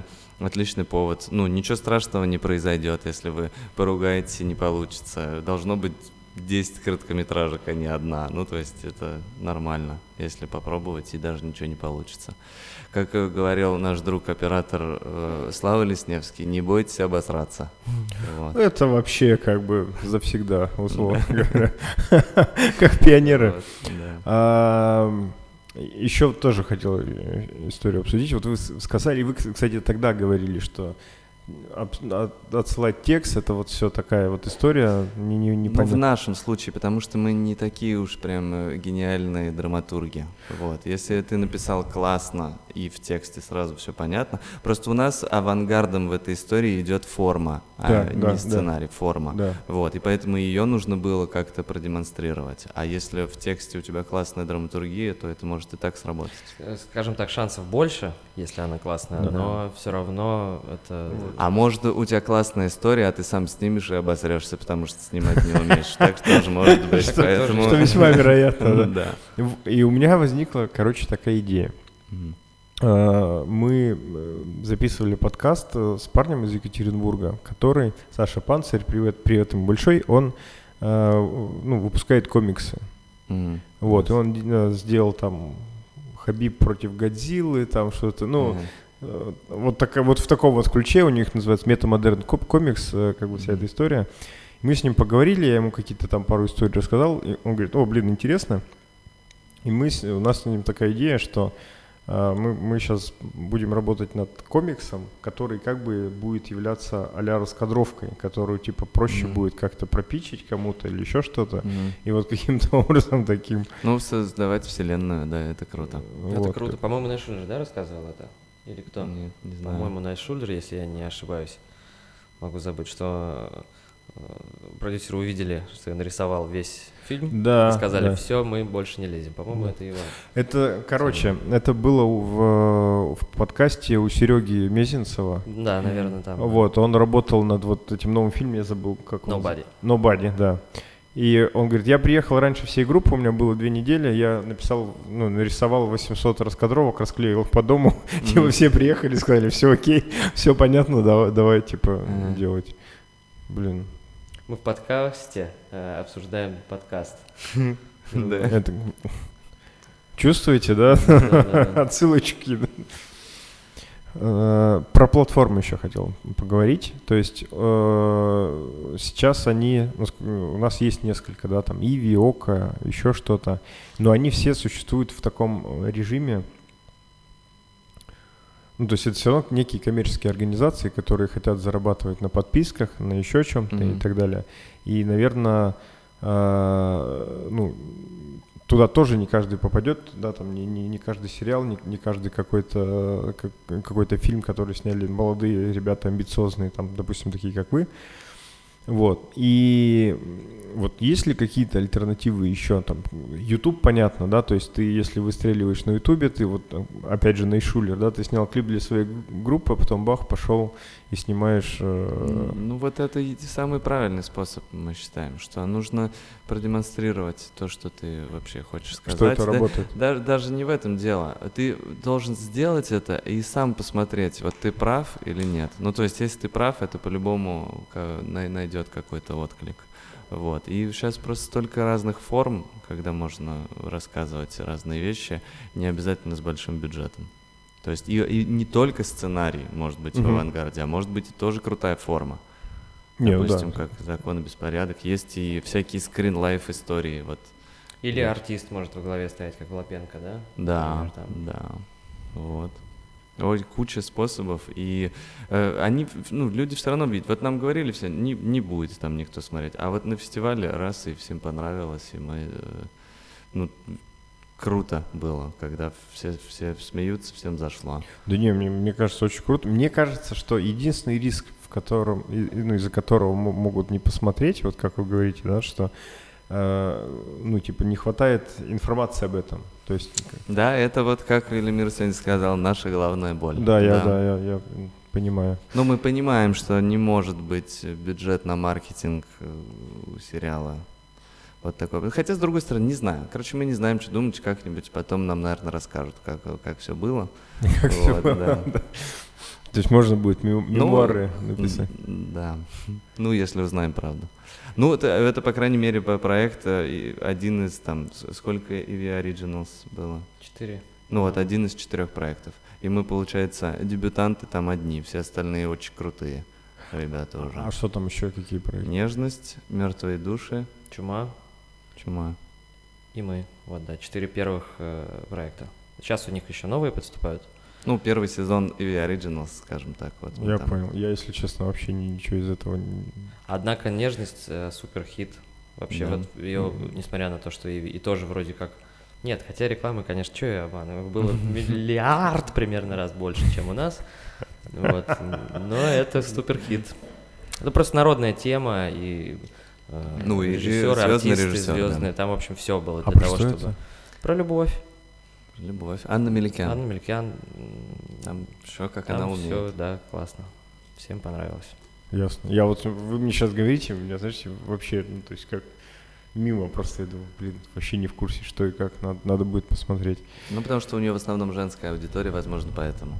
повод. Ну, ничего страшного не произойдет, если вы поругаетесь и не получится. Должно быть 10 короткометражек, а не одна. Ну, то есть это нормально, если попробовать, и даже ничего не получится. Как говорил наш друг-оператор Слава Лесневский, не бойтесь обосраться. Вот. Это вообще как бы завсегда, условно говоря, как пионеры. Еще тоже хотел историю обсудить. Вот вы сказали, вы, кстати, тогда говорили, что отсылать текст — это вот все такая вот история непонятная. Ну, в нашем случае, потому что мы не такие уж прям гениальные драматурги. Вот. Если ты написал классно и в тексте сразу все понятно. Просто у нас авангардом в этой истории идет форма, не сценарий, форма. Да. Вот. И поэтому ее нужно было как-то продемонстрировать. А если в тексте у тебя классная драматургия, то это может и так сработать. Скажем так, шансов больше, если она классная, но все равно это... А может, у тебя классная история, а ты сам снимешь и обосрешься, потому что снимать не умеешь. Так тоже может быть. Что весьма вероятно, да. И у меня возникла, короче, такая идея. Мы записывали подкаст с парнем из Екатеринбурга, который, Саша Панцирь, привет ему большой, он выпускает комиксы. Вот, и он сделал там Хабиб против Годзиллы, там что-то, вот в таком вот ключе, у них называется метамодерн комикс, как бы вся эта история. Мы с ним поговорили, я ему какие-то там пару историй рассказал, и он говорит: интересно. И у нас с ним такая идея, что мы сейчас будем работать над комиксом, который как бы будет являться а-ля раскадровкой, которую типа проще будет как-то пропичить кому-то или еще что-то. И вот каким-то образом таким... Ну, создавать вселенную, да, это круто. Это круто. По-моему, Найшулер, да, рассказывал это? Или кто? Нет, не знаю. По-моему, Найшулер, если я не ошибаюсь. Могу забыть, что продюсеры увидели, что я нарисовал весь фильм, и сказали: все, мы больше не лезем. По-моему, это его. Это, это было в подкасте у Сереги Мезенцева. Да, наверное, там. Вот, он работал над вот этим новым фильмом, я забыл, как он. Nobody, да. И он говорит: я приехал раньше всей группы, у меня было 2 недели, я нарисовал 800 раскадровок, расклеил их по дому, типа все приехали, сказали: все окей, все понятно, давай типа делать. Блин. Мы в подкасте обсуждаем подкаст. Чувствуете, да? Отсылочки. Про платформы еще хотел поговорить. То есть сейчас у нас есть несколько, да, там Иви, Ока, еще что-то, но они все существуют в таком режиме. Ну, то есть это все равно некие коммерческие организации, которые хотят зарабатывать на подписках, на еще чем-то и так далее. И, наверное, туда тоже не каждый попадет, да, там не каждый сериал, не каждый какой-то фильм, который сняли молодые ребята, амбициозные, там, допустим, такие, как вы. Вот. И вот есть ли какие-то альтернативы еще? Там, YouTube, понятно, да, то есть ты, если выстреливаешь на YouTube, ты вот, опять же, Найшулер, да, ты снял клип для своей группы, а потом бах, пошел и снимаешь... Ну, вот это самый правильный способ, мы считаем, что нужно продемонстрировать то, что ты вообще хочешь сказать. Что это работает. Даже не в этом дело. Ты должен сделать это и сам посмотреть, вот ты прав или нет. Ну, то есть, если ты прав, это по-любому найдет какой-то отклик. Вот. И сейчас просто столько разных форм, когда можно рассказывать разные вещи, не обязательно с большим бюджетом. То есть и не только сценарий может быть в авангарде, а может быть и тоже крутая форма. Допустим, как «Закон и беспорядок». Есть и всякие скрин-лайф истории. Вот. Или артист может во главе стоять, как Лапенко, да? Да, да. Вот. Ой, куча способов, и люди все равно видят. Вот нам говорили все, не будет там никто смотреть, а вот на фестивале раз и всем понравилось, и мы, круто было, когда все смеются, всем зашло. Да не, мне кажется, очень круто. Мне кажется, что единственный риск, из-за которого могут не посмотреть, вот как вы говорите, да, что не хватает информации об этом. То есть... Да, это вот, как Велимир сегодня сказал, наша главная боль. Да, я понимаю. Но мы понимаем, что не может быть бюджет на маркетинг у сериала вот такой. Хотя, с другой стороны, не знаю. Короче, мы не знаем, что думать, как-нибудь потом нам, наверное, расскажут, как все было. Как все было, да. То есть можно будет мемуары написать? Да. Ну, если узнаем правду. Ну, это по крайней мере, проект один из там, сколько EV Originals было? 4. Ну, вот один из 4 проектов. И мы, получается, дебютанты там одни, все остальные очень крутые ребята уже. А что там еще, какие проекты? Нежность, мертвые души. Чума. И мы. Вот, да, 4 первых проекта. Сейчас у них еще новые подступают. Ну, первый сезон EV Originals, скажем так. Вот я понял. Я, если честно, вообще ничего из этого не... Однако «Нежность» супер хит. Вообще, да. вот ее, несмотря на то, что и тоже вроде как... Нет, хотя рекламы, конечно, что я обманываю, было миллиард примерно раз больше, чем у нас. Вот. Но это супер хит. Это просто народная тема, и режиссеры, артисты звездные. Да. Там, в общем, все было для того, чтобы... Это? Про любовь. Анна Меликян. Там все, как она умеет. Все, да, классно. Всем понравилось. Ясно. Вы мне сейчас говорите, у меня, знаете, вообще, ну, то есть как мимо просто иду, вообще не в курсе, что и как, надо будет посмотреть. Ну, потому что у нее в основном женская аудитория, возможно, поэтому.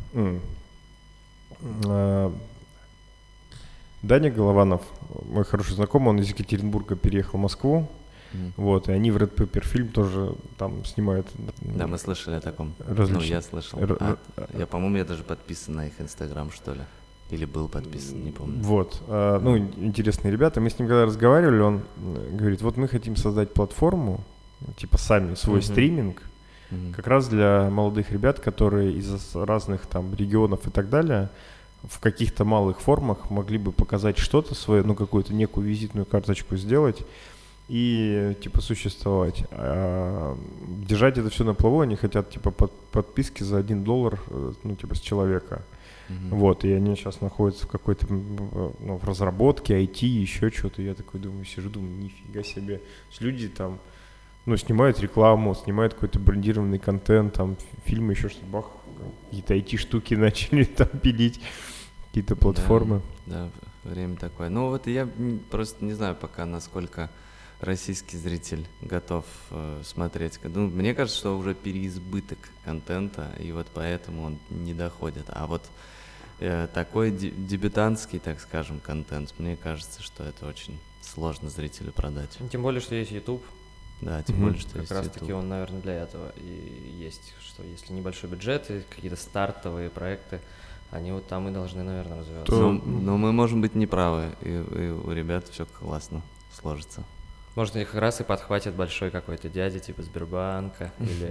Даня Голованов, мой хороший знакомый, он из Екатеринбурга переехал в Москву. Вот, и они в Red Pepper фильм тоже там снимают. Да, мы слышали о таком. Ну, я слышал. Я, по-моему, я даже подписан на их Инстаграм, что ли. Или был подписан, не помню. Вот, ну, интересные ребята. Мы с ним когда разговаривали, он говорит, вот мы хотим создать платформу, типа сами, свой стриминг, как раз для молодых ребят, которые из разных там регионов и так далее в каких-то малых формах могли бы показать что-то свое, ну, какую-то некую визитную карточку сделать и, типа, существовать. Держать это все на плаву, они хотят, типа, подписки за $1, ну, типа, с человека. Вот, и они сейчас находятся в какой-то, ну, в разработке, IT, еще что-то. Я такой думаю, сижу, думаю, нифига себе. Люди там, ну, снимают рекламу, снимают какой-то брендированный контент, там, фильмы, еще что-то, бах, какие-то IT-штуки начали там пилить, какие-то платформы. Да, время такое. Ну, вот я просто не знаю пока, насколько российский зритель готов смотреть. Ну, мне кажется, что уже переизбыток контента, и вот поэтому он не доходит. А вот такой дебютантский, так скажем, контент, мне кажется, что это очень сложно зрителю продать. Тем более, что есть YouTube. Да, тем более, что есть YouTube. Как раз-таки он, наверное, для этого и есть, что если небольшой бюджет и какие-то стартовые проекты, они вот там и должны, наверное, развиваться. Но мы можем быть неправы, и у ребят все классно сложится. Может, их раз и подхватит большой какой-то дядя, типа Сбербанка или...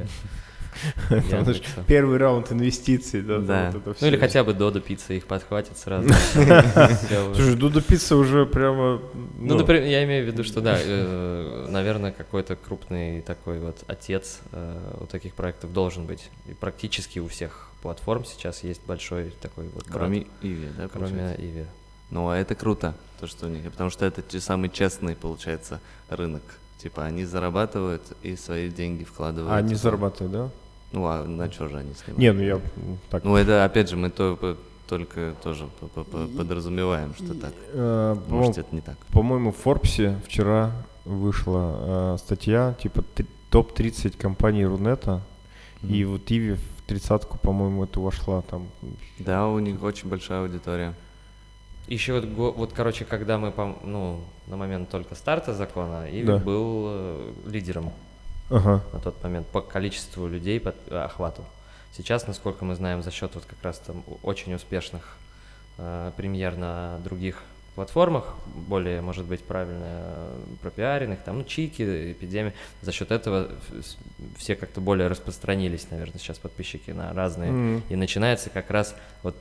Первый раунд инвестиций, да. Ну или хотя бы Додо Пицца их подхватит сразу. Слушай, Додо Пицца уже прямо... Ну, например, я имею в виду, что да, наверное, какой-то крупный такой вот отец у таких проектов должен быть. И практически у всех платформ сейчас есть большой такой вот... Кроме Иви, да? Кроме Иви. Ну, а это круто, то, что у них, потому что это самый честный, получается, рынок. Типа они зарабатывают и свои деньги вкладывают. А они зарабатывают, да? Ну, а на что же они снимают? Не, ну я так... Ну, это, опять же, мы только тоже подразумеваем, что так. Может, это не так. По-моему, в Форбсе вчера вышла статья, типа топ-30 компаний Рунета, и вот Иви в 30-ку, по-моему, это вошла там. Да, у них очень большая аудитория. Еще вот, короче, когда мы, на момент только старта закона, Иви был лидером на тот момент по количеству людей, по охвату. Сейчас, насколько мы знаем, за счет вот как раз там очень успешных премьер на других платформах, более, может быть, правильно пропиаренных, там, Чики, Эпидемия, за счет этого все как-то более распространились, наверное, сейчас подписчики на разные. И начинается как раз вот...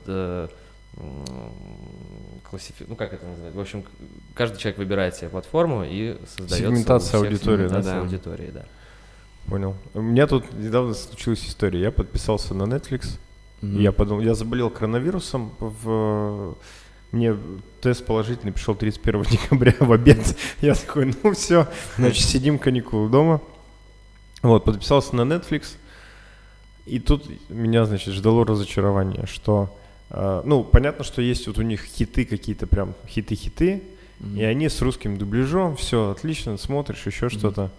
как это называть? В общем, каждый человек выбирает себе платформу и создает сегментация аудитории, аудитории, да. Понял. У меня тут недавно случилась история. Я подписался на Netflix. Я подумал, я заболел коронавирусом. Мне тест положительный пришел 31 декабря в обед. Я такой, ну все, значит, сидим каникулы дома. Вот, подписался на Netflix. И тут меня, значит, ждало разочарование, что... Ну, понятно, что есть вот у них хиты какие-то, прям хиты-хиты, и они с русским дубляжом, все отлично, смотришь, еще что-то.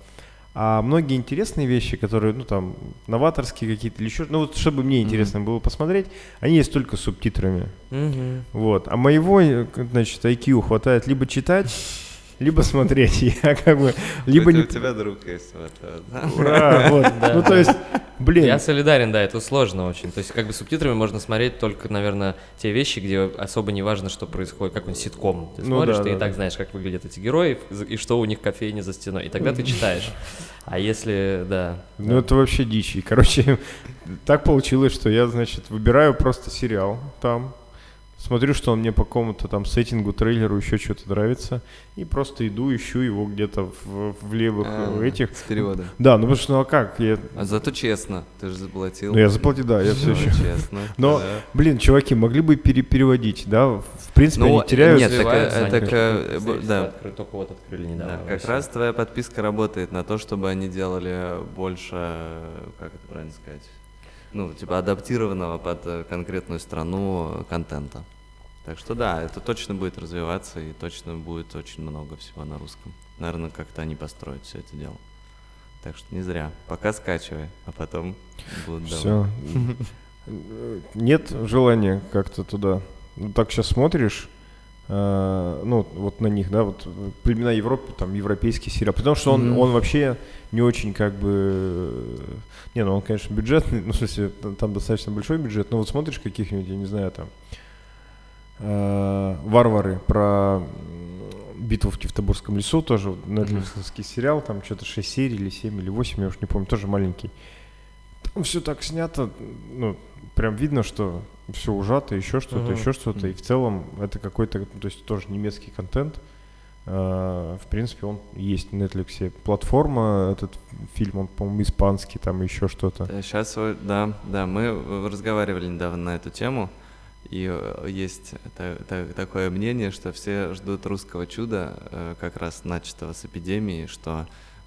А многие интересные вещи, которые, ну, там, новаторские какие-то или еще, ну, вот, чтобы мне интересно было посмотреть, они есть только с субтитрами. Вот. А моего, значит, IQ хватает либо читать, либо смотреть. Я как бы... Либо не... У тебя друг есть. Ура! Вот. Ну, то есть, блин. Я солидарен, да, это сложно очень. То есть, как бы субтитрами можно смотреть только, наверное, те вещи, где особо не важно, что происходит, какой-нибудь ситком. Ты смотришь, ты и так знаешь, как выглядят эти герои, и что у них в кофейне за стеной. И тогда ты читаешь. А если, да... Ну, это вообще дичь. И, короче, так получилось, что я, значит, выбираю просто сериал там, смотрю, что он мне по какому-то там сеттингу, трейлеру, еще что-то нравится, и просто иду, ищу его где-то в левых этих. С перевода. Да, ну потому что, ну а как? А зато честно, ты же заплатил. Ну я заплатил, да, я все еще. Честно. Но, блин, чуваки, могли бы переводить, да? В принципе, они теряют... Нет, да. Только вот открыли недавно. Как раз твоя подписка работает на то, чтобы они делали больше, как это правильно сказать, ну, типа адаптированного под конкретную страну контента. Так что да, это точно будет развиваться и точно будет очень много всего на русском. Наверное, как-то они построят все это дело. Так что не зря. Пока скачивай, а потом будут давать. Все. Нет желания как-то туда. Ну, так сейчас смотришь, ну, вот на них, да, вот племена Европы, там, европейский сериал. Потому что он вообще не очень как бы... Не, ну он, конечно, бюджетный, ну, в смысле, там достаточно большой бюджет, но вот смотришь каких-нибудь, я не знаю, там, «Варвары» про битву в Тевтобурском лесу, тоже нетфликсовский сериал, там что-то 6 серий или 7 или 8, я уж не помню, тоже маленький. Там все так снято, ну, прям видно, что все ужато, еще что-то, и в целом это какой-то, то есть тоже немецкий контент. В принципе, он есть на Netflix. Платформа, этот фильм, он, по-моему, испанский, там еще что-то. Сейчас, да, мы разговаривали недавно на эту тему, и есть такое мнение, что все ждут русского чуда, как раз начатого с эпидемии, что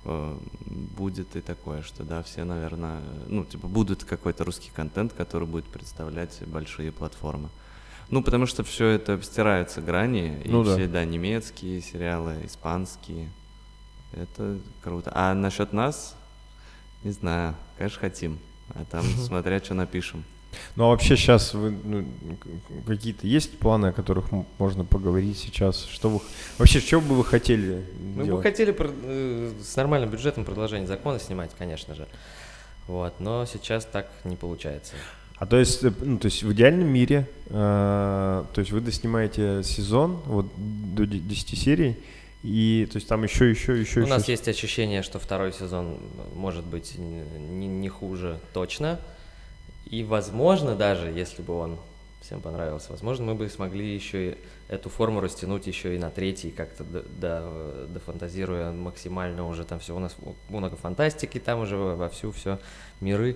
будет и такое, что, да, все, наверное, ну, типа, будут какой-то русский контент, который будет представлять большие платформы. Ну, потому что все это стираются грани, и все, да, немецкие сериалы, испанские. Это круто. А насчет нас, не знаю, конечно, хотим. А там смотря, что напишем. Ну, а вообще сейчас какие-то есть планы, о которых можно поговорить сейчас? Вообще, что бы вы хотели делать? Мы бы хотели с нормальным бюджетом продолжение закона снимать, конечно же. Вот, но сейчас так не получается. А то есть, ну, то есть в идеальном мире, то есть вы доснимаете сезон вот, до 10 серий, и то есть там еще. У нас есть ощущение, что второй сезон может быть не хуже точно. И, возможно, даже если бы он всем понравился, возможно, мы бы смогли еще и эту форму растянуть еще и на третий, как-то дофантазируя максимально уже там все. У нас много фантастики, там уже вовсю все миры.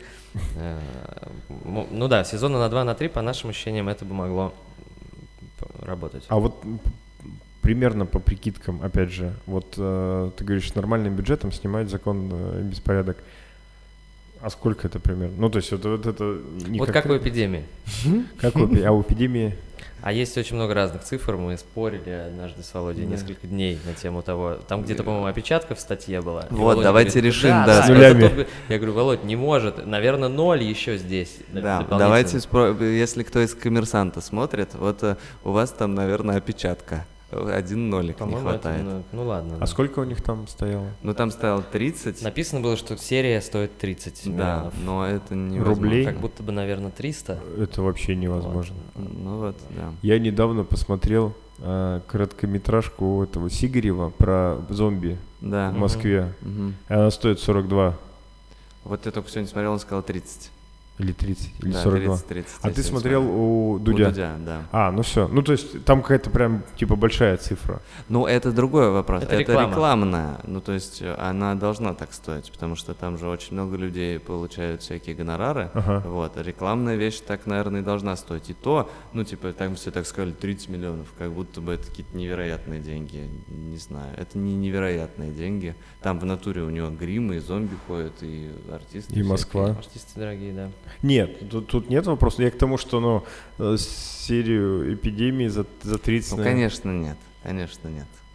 Ну да, сезона на 2, на 3, по нашим ощущениям, это бы могло работать. А вот примерно по прикидкам, опять же, вот ты говоришь, с нормальным бюджетом снимать «Закон и беспорядок». А сколько это примерно? Ну, то есть вот это... Вот как у «Эпидемии». Как у «Эпидемии»? А у «Эпидемии»? А есть очень много разных цифр. Мы спорили однажды с Володей несколько дней на тему того... Там где-то, по-моему, опечатка в статье была. Вот, давайте говорит, решим, да, с нулями. Я говорю, Володь, не может. Наверное, 0 еще здесь. Да, давайте, если кто из «Коммерсанта» смотрит, вот у вас там, наверное, опечатка. 1 нолик не хватает. Ну ладно. А сколько у них там стояло? Ну там стояло 30. Написано было, что серия стоит 30 миллионов. Да, но это невозможно. Рублей? Как будто бы, наверное, 300. Это вообще невозможно. Вот. Ну вот, да. Я недавно посмотрел короткометражку этого Сигарева про зомби в Москве. Она стоит 42. Вот я только сегодня смотрел, он сказал 30. Или 30, или да, 42. 30, а ты смотрел у Дудя? У Дудя, да. А, ну все. Ну, то есть там какая-то прям, типа, большая цифра. Ну, это другой вопрос. Это рекламная. Ну, то есть она должна так стоить, потому что там же очень много людей получают всякие гонорары. Вот. А рекламная вещь так, наверное, и должна стоить. И то, ну, типа, там все так сказали, 30 миллионов, как будто бы это какие-то невероятные деньги. Не знаю. Это не невероятные деньги. Там в натуре у него гримы, и зомби ходят, и артисты. И Москва. Артисты дорогие, да. Нет, тут нет вопроса. Я к тому, что, серию «Эпидемии» за 30... Ну, конечно, нет. Конечно, нет.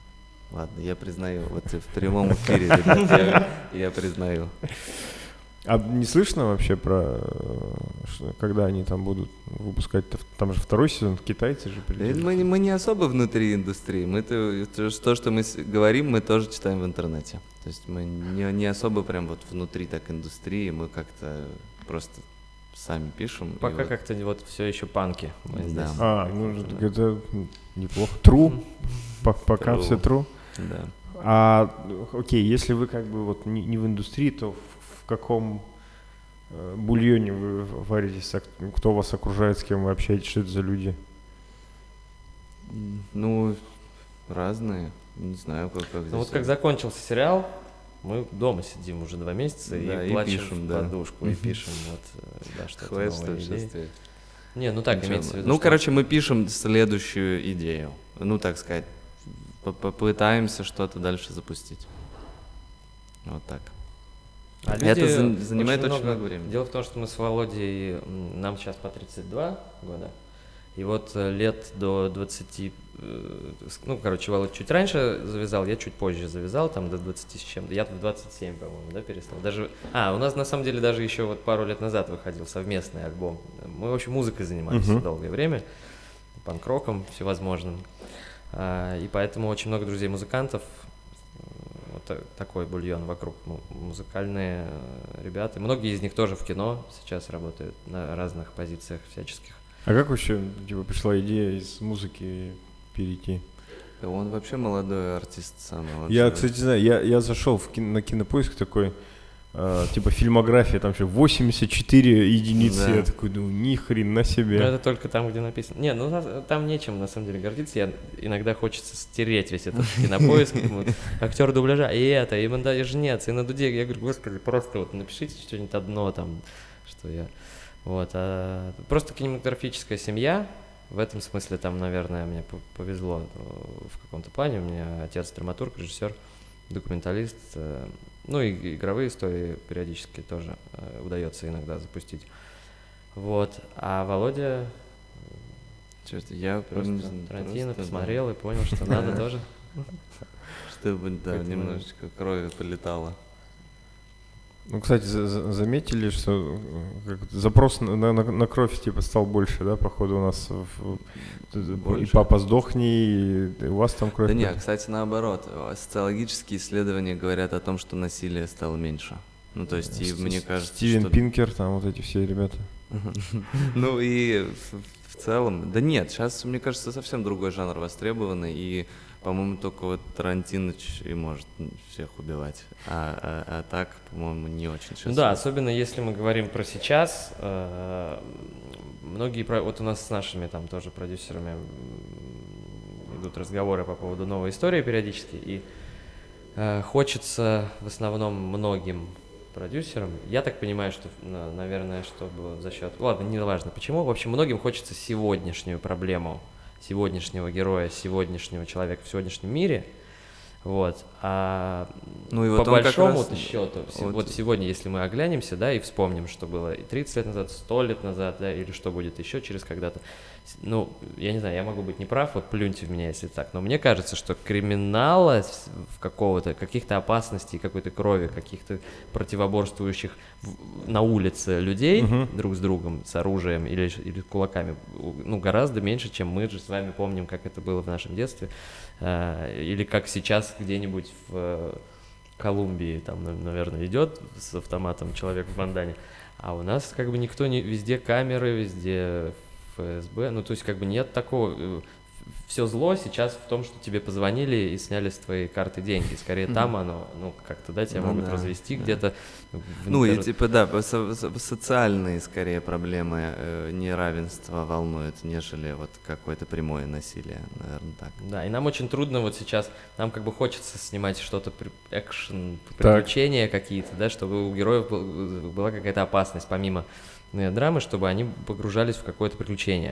Ладно, я признаю, вот в прямом эфире, ребят, я признаю. А не слышно вообще про, когда они там будут выпускать, там же второй сезон, китайцы же прилетели. Мы не особо внутри индустрии, то, что мы говорим, мы тоже читаем в интернете. То есть мы не особо прям вот внутри так индустрии, мы как-то просто сами пишем. Пока как-то вот все еще панки. Да. Это неплохо. True. Пока True. все true. Да. Окей, если вы как бы вот не в индустрии, то в каком бульоне вы варитесь? Кто вас окружает, с кем вы общаетесь, что это за люди? Ну, разные. Не знаю, как здесь. Ну вот как закончился сериал, мы дома сидим уже 2 месяца и плачем пишем, в подушку, и пишем что-то новое идеи. Не, ну так имеется в виду. Ну, короче, мы пишем следующую идею. Ну, так сказать, попытаемся что-то дальше запустить. Вот так. А это занимает очень много времени. Дело в том, что мы с Володей, нам сейчас по 32 года, и вот лет до 20, Володя чуть раньше завязал, я чуть позже завязал, там до 20 с чем-то, я в 27, по-моему, да, перестал. У нас на самом деле даже еще вот пару лет назад выходил совместный альбом. Мы, в общем, музыкой занимались долгое время, панк-роком всевозможным, и поэтому очень много друзей-музыкантов, вот такой бульон вокруг, музыкальные ребята. Многие из них тоже в кино сейчас работают на разных позициях всяческих. А как вообще пришла идея из музыки перейти? Он вообще молодой артист сам. Я, кстати, знаю, я зашел на Кинопоиск такой, фильмография, там еще 84 единицы, да. Я такой думаю, ни хрена себе. Но это только там, где написано. Не, там нечем на самом деле гордиться, иногда хочется стереть весь этот Кинопоиск, актер дубляжа, и монтаж нет, и на дуде, я говорю, господи, просто вот напишите что-нибудь одно там, что я... просто кинематографическая семья, в этом смысле там, наверное, мне повезло в каком-то плане, у меня отец драматург, режиссер, документалист, и игровые истории периодически тоже удается иногда запустить. А Володя... Что-то я просто Тарантино посмотрел и понял, что надо тоже. Чтобы, немножечко крови полетало. Ну, кстати, заметили, что запрос на кровь стал больше, да, походу у нас и «Папа, сдохни», и у вас там кровь. Да нет, кстати, наоборот, социологические исследования говорят о том, что насилие стало меньше. Ну, то есть, и мне кажется, Стивен Пинкер, там вот эти все ребята. Ну, и в целом, да нет, сейчас, мне кажется, совсем другой жанр востребованный, и по-моему, только вот Тарантино и может всех убивать, а так, по-моему, не очень сейчас. Да, особенно если мы говорим про сейчас, многие, вот у нас с нашими там тоже продюсерами идут разговоры по поводу новой истории периодически, и хочется в основном многим продюсерам, я так понимаю, что, наверное, чтобы за счет, ладно, не важно почему, в общем, многим хочется сегодняшнюю проблему, сегодняшнего героя, сегодняшнего человека в сегодняшнем мире, по большому-то счету, вот сегодня, если мы оглянемся, да, и вспомним, что было и 30 лет назад, 100 лет назад, да, или что будет еще через когда-то, я не знаю, я могу быть неправ, плюньте в меня, если так, но мне кажется, что криминала каких-то опасностей, какой-то крови, каких-то противоборствующих на улице людей друг с другом, с оружием или кулаками, гораздо меньше, чем мы же с вами помним, как это было в нашем детстве, или как сейчас где-нибудь в Колумбии, там, наверное, идет с автоматом человек в бандане, а у нас как бы никто не... Везде камеры, везде ФСБ, то есть как бы нет такого... Все зло сейчас в том, что тебе позвонили и сняли с твоей карты деньги. Скорее там оно, как-то, да, тебя могут развести где-то. Социальные, скорее, проблемы неравенства волнуют, нежели какое-то прямое насилие, наверное, так. Да, и нам очень трудно сейчас, нам как бы хочется снимать что-то, экшен, приключения какие-то, да, чтобы у героев была какая-то опасность, помимо драмы, чтобы они погружались в какое-то приключение.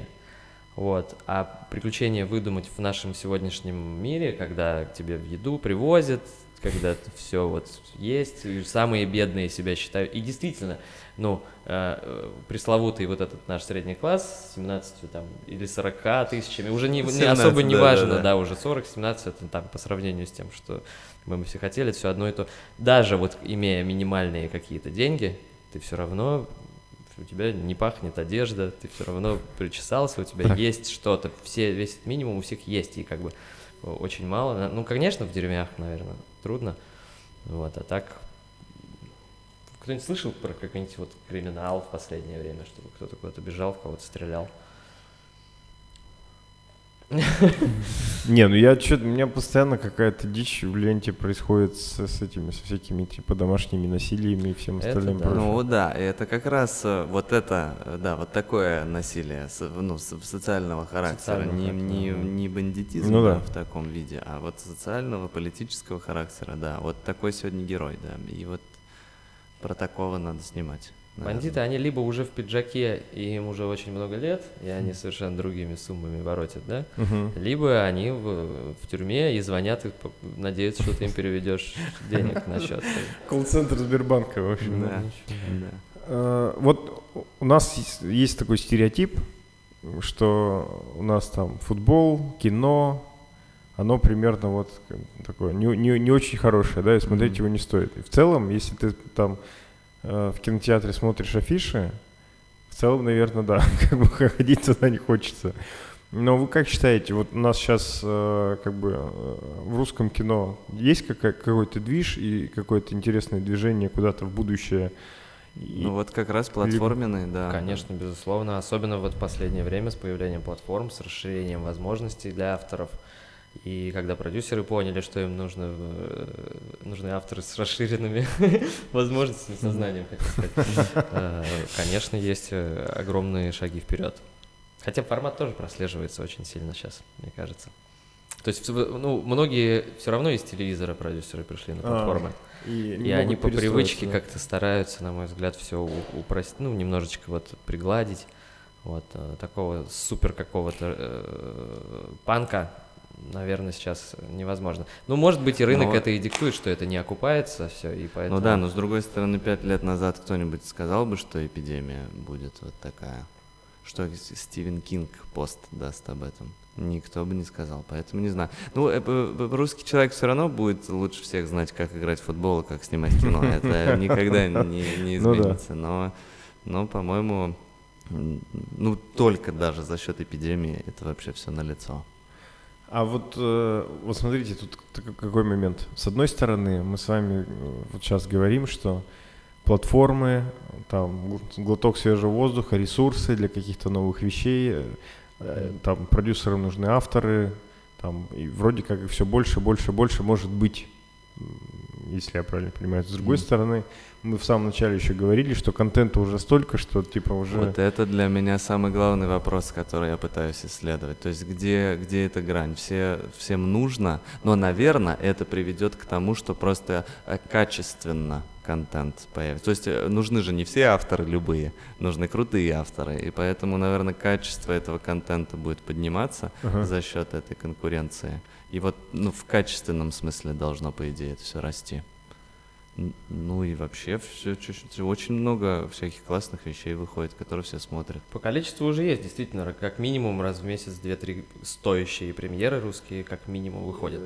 А приключения выдумать в нашем сегодняшнем мире, когда к тебе в еду привозят, когда все вот есть, и самые бедные себя считают. И действительно, ну, пресловутый вот этот наш средний класс с 17 там, или 40 тысячами, уже не 17, особо не важно, да, уже 40-17, это там по сравнению с тем, что мы все хотели, это все одно и то. Даже вот имея минимальные какие-то деньги, ты все равно, у тебя не пахнет одежда, ты все равно причесался, у тебя есть что-то, весь этот минимум у всех есть, и как бы очень мало. Ну, конечно, в деревнях, наверное, трудно, вот, а так... Кто-нибудь слышал про какой-нибудь вот криминал в последнее время, чтобы кто-то куда-то бежал, в кого-то стрелял? Не, ну у меня постоянно какая-то дичь в ленте происходит со всякими типа домашними насилиями и всем остальным. Да. Ну да, это как раз вот такое насилие, социального характера, не бандитизм в таком виде, а вот социального, политического характера, да, вот такой сегодня герой, да, и вот про такого надо снимать. Бандиты, они либо уже в пиджаке, и им уже очень много лет, и они совершенно другими суммами воротят, да? Либо они в тюрьме и звонят, и надеются, что ты им переведешь денег на счет. Колл-центр Сбербанка, в общем. Да. Вот у нас есть такой стереотип, что у нас там футбол, кино, оно примерно вот такое не очень хорошее, да, и смотреть его не стоит. И в целом, если ты там в кинотеатре смотришь афиши, в целом, наверное, да, как бы ходить туда не хочется. Но вы как считаете, вот у нас сейчас как бы в русском кино есть какой-то движ и какое-то интересное движение куда-то в будущее? Ну вот как раз платформенные, да. Конечно, безусловно, особенно вот в последнее время с появлением платформ, с расширением возможностей для авторов. И когда продюсеры поняли, что им нужны авторы с расширенными возможностями, сознанием, хотел сказать, конечно, есть огромные шаги вперед. Хотя формат тоже прослеживается очень сильно сейчас, мне кажется. То есть, ну, многие все равно из телевизора продюсеры пришли на платформы. И они по привычке как-то стараются, на мой взгляд, все упростить, ну, немножечко вот пригладить. Вот такого супер какого-то панка, наверное, сейчас невозможно. Ну, может быть, и рынок это и диктует, что это не окупается, все, и поэтому... Ну да, но с другой стороны, 5 лет назад кто-нибудь сказал бы, что эпидемия будет вот такая, что Стивен Кинг пост даст об этом. Никто бы не сказал, поэтому не знаю. Ну, русский человек все равно будет лучше всех знать, как играть в футбол и как снимать кино. Это никогда не изменится. Но, по-моему, ну, только даже за счет эпидемии это вообще все налицо. А вот смотрите, тут какой момент. С одной стороны, мы с вами вот сейчас говорим, что платформы, там, глоток свежего воздуха, ресурсы для каких-то новых вещей, там, продюсерам нужны авторы, там, и вроде как все больше может быть, если я правильно понимаю. С другой стороны, мы в самом начале еще говорили, что контента уже столько, что типа уже... Вот это для меня самый главный вопрос, который я пытаюсь исследовать. То есть где эта грань? Всем нужно, но, наверное, это приведет к тому, что просто качественно контент появится. То есть нужны же не все авторы любые, нужны крутые авторы. И поэтому, наверное, качество этого контента будет подниматься за счет этой конкуренции. И вот в качественном смысле должно, по идее, это все расти. Ну и вообще очень много всяких классных вещей выходит, которые все смотрят. По количеству уже есть, действительно, как минимум раз в месяц 2-3 стоящие премьеры русские как минимум выходят.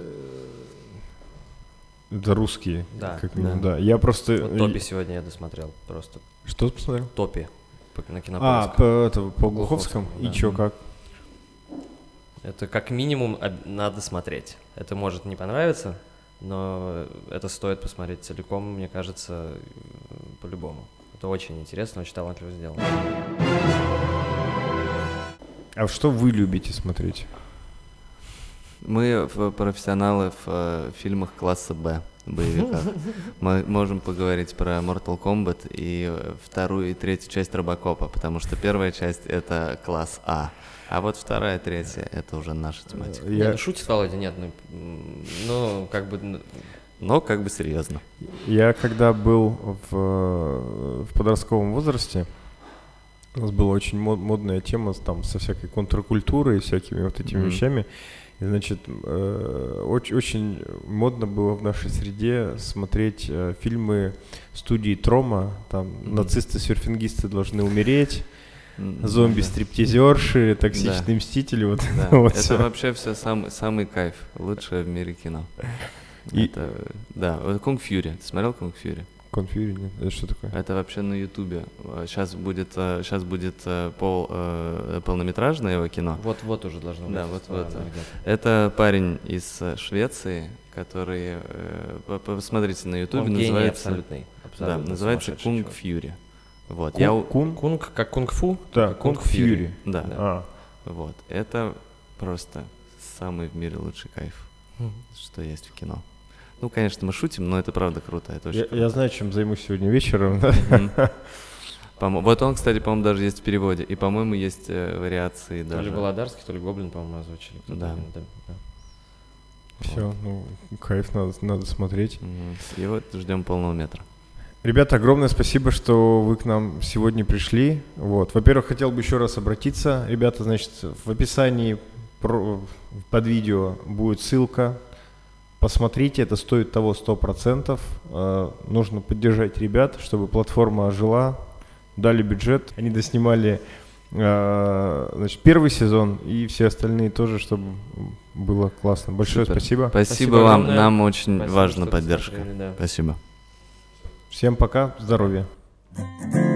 Это русские? Да. Как минимум, да. Я просто... Вот «Топи» сегодня я досмотрел просто. Что посмотрел? «Топи» на Кинопоиске. По Глуховскому? Да. И чё, как? Это как минимум надо смотреть. Это может не понравиться, но это стоит посмотреть целиком, мне кажется, по-любому. Это очень интересно, очень талантливо сделано. А что вы любите смотреть? Мы профессионалы в фильмах класса «Б», боевиках. Мы можем поговорить про Mortal Kombat и вторую и третью часть Робокопа, потому что первая часть — это класс А. А вот вторая, третья — это уже наша тематика. Шутит Володя? Нет, ну, как бы... Но как бы серьезно. Я когда был в подростковом возрасте, У нас была очень модная тема там со всякой контркультурой и всякими вот этими вещами. И, значит, очень модно было в нашей среде смотреть фильмы студии Трома. Там нацисты-серфингисты должны умереть, зомби-стриптизерши, токсичные мстители. Вот, да. вот это вообще все самый кайф. Лучшее в мире кино. Да, Kung Fury. Ты смотрел Kung Fury? Kung Fury, нет? Это что такое? Это вообще на Ютубе. Сейчас будет полнометражное его кино. Вот уже должно быть. Да, вот. Это парень из Швеции, который, посмотрите на Ютубе, называется... абсолютный. Да, называется Kung Fury. Вот. Кунг как кунг-фу? Да, Kung Fury. Да. Вот. Это просто самый в мире лучший кайф, что есть в кино. Ну, конечно, мы шутим, но это правда круто. Это очень круто. Я знаю, чем займусь сегодня вечером. Вот он, кстати, по-моему, даже есть в переводе. И, по-моему, есть вариации даже. То ли Володарский, то ли Гоблин, по-моему, озвучили. Да. Все, ну, кайф, надо смотреть. И вот ждем полного метра. Ребята, огромное спасибо, что вы к нам сегодня пришли. Вот. Во-первых, хотел бы еще раз обратиться. Ребята, значит, в описании под видео будет ссылка. Посмотрите, это стоит того 100%. Нужно поддержать ребят, чтобы платформа ожила. Дали бюджет. Они доснимали значит, первый сезон и все остальные тоже, чтобы было классно. Большое спасибо. Спасибо вам. Нам очень важна поддержка. Спасибо. Всем пока. Здоровья.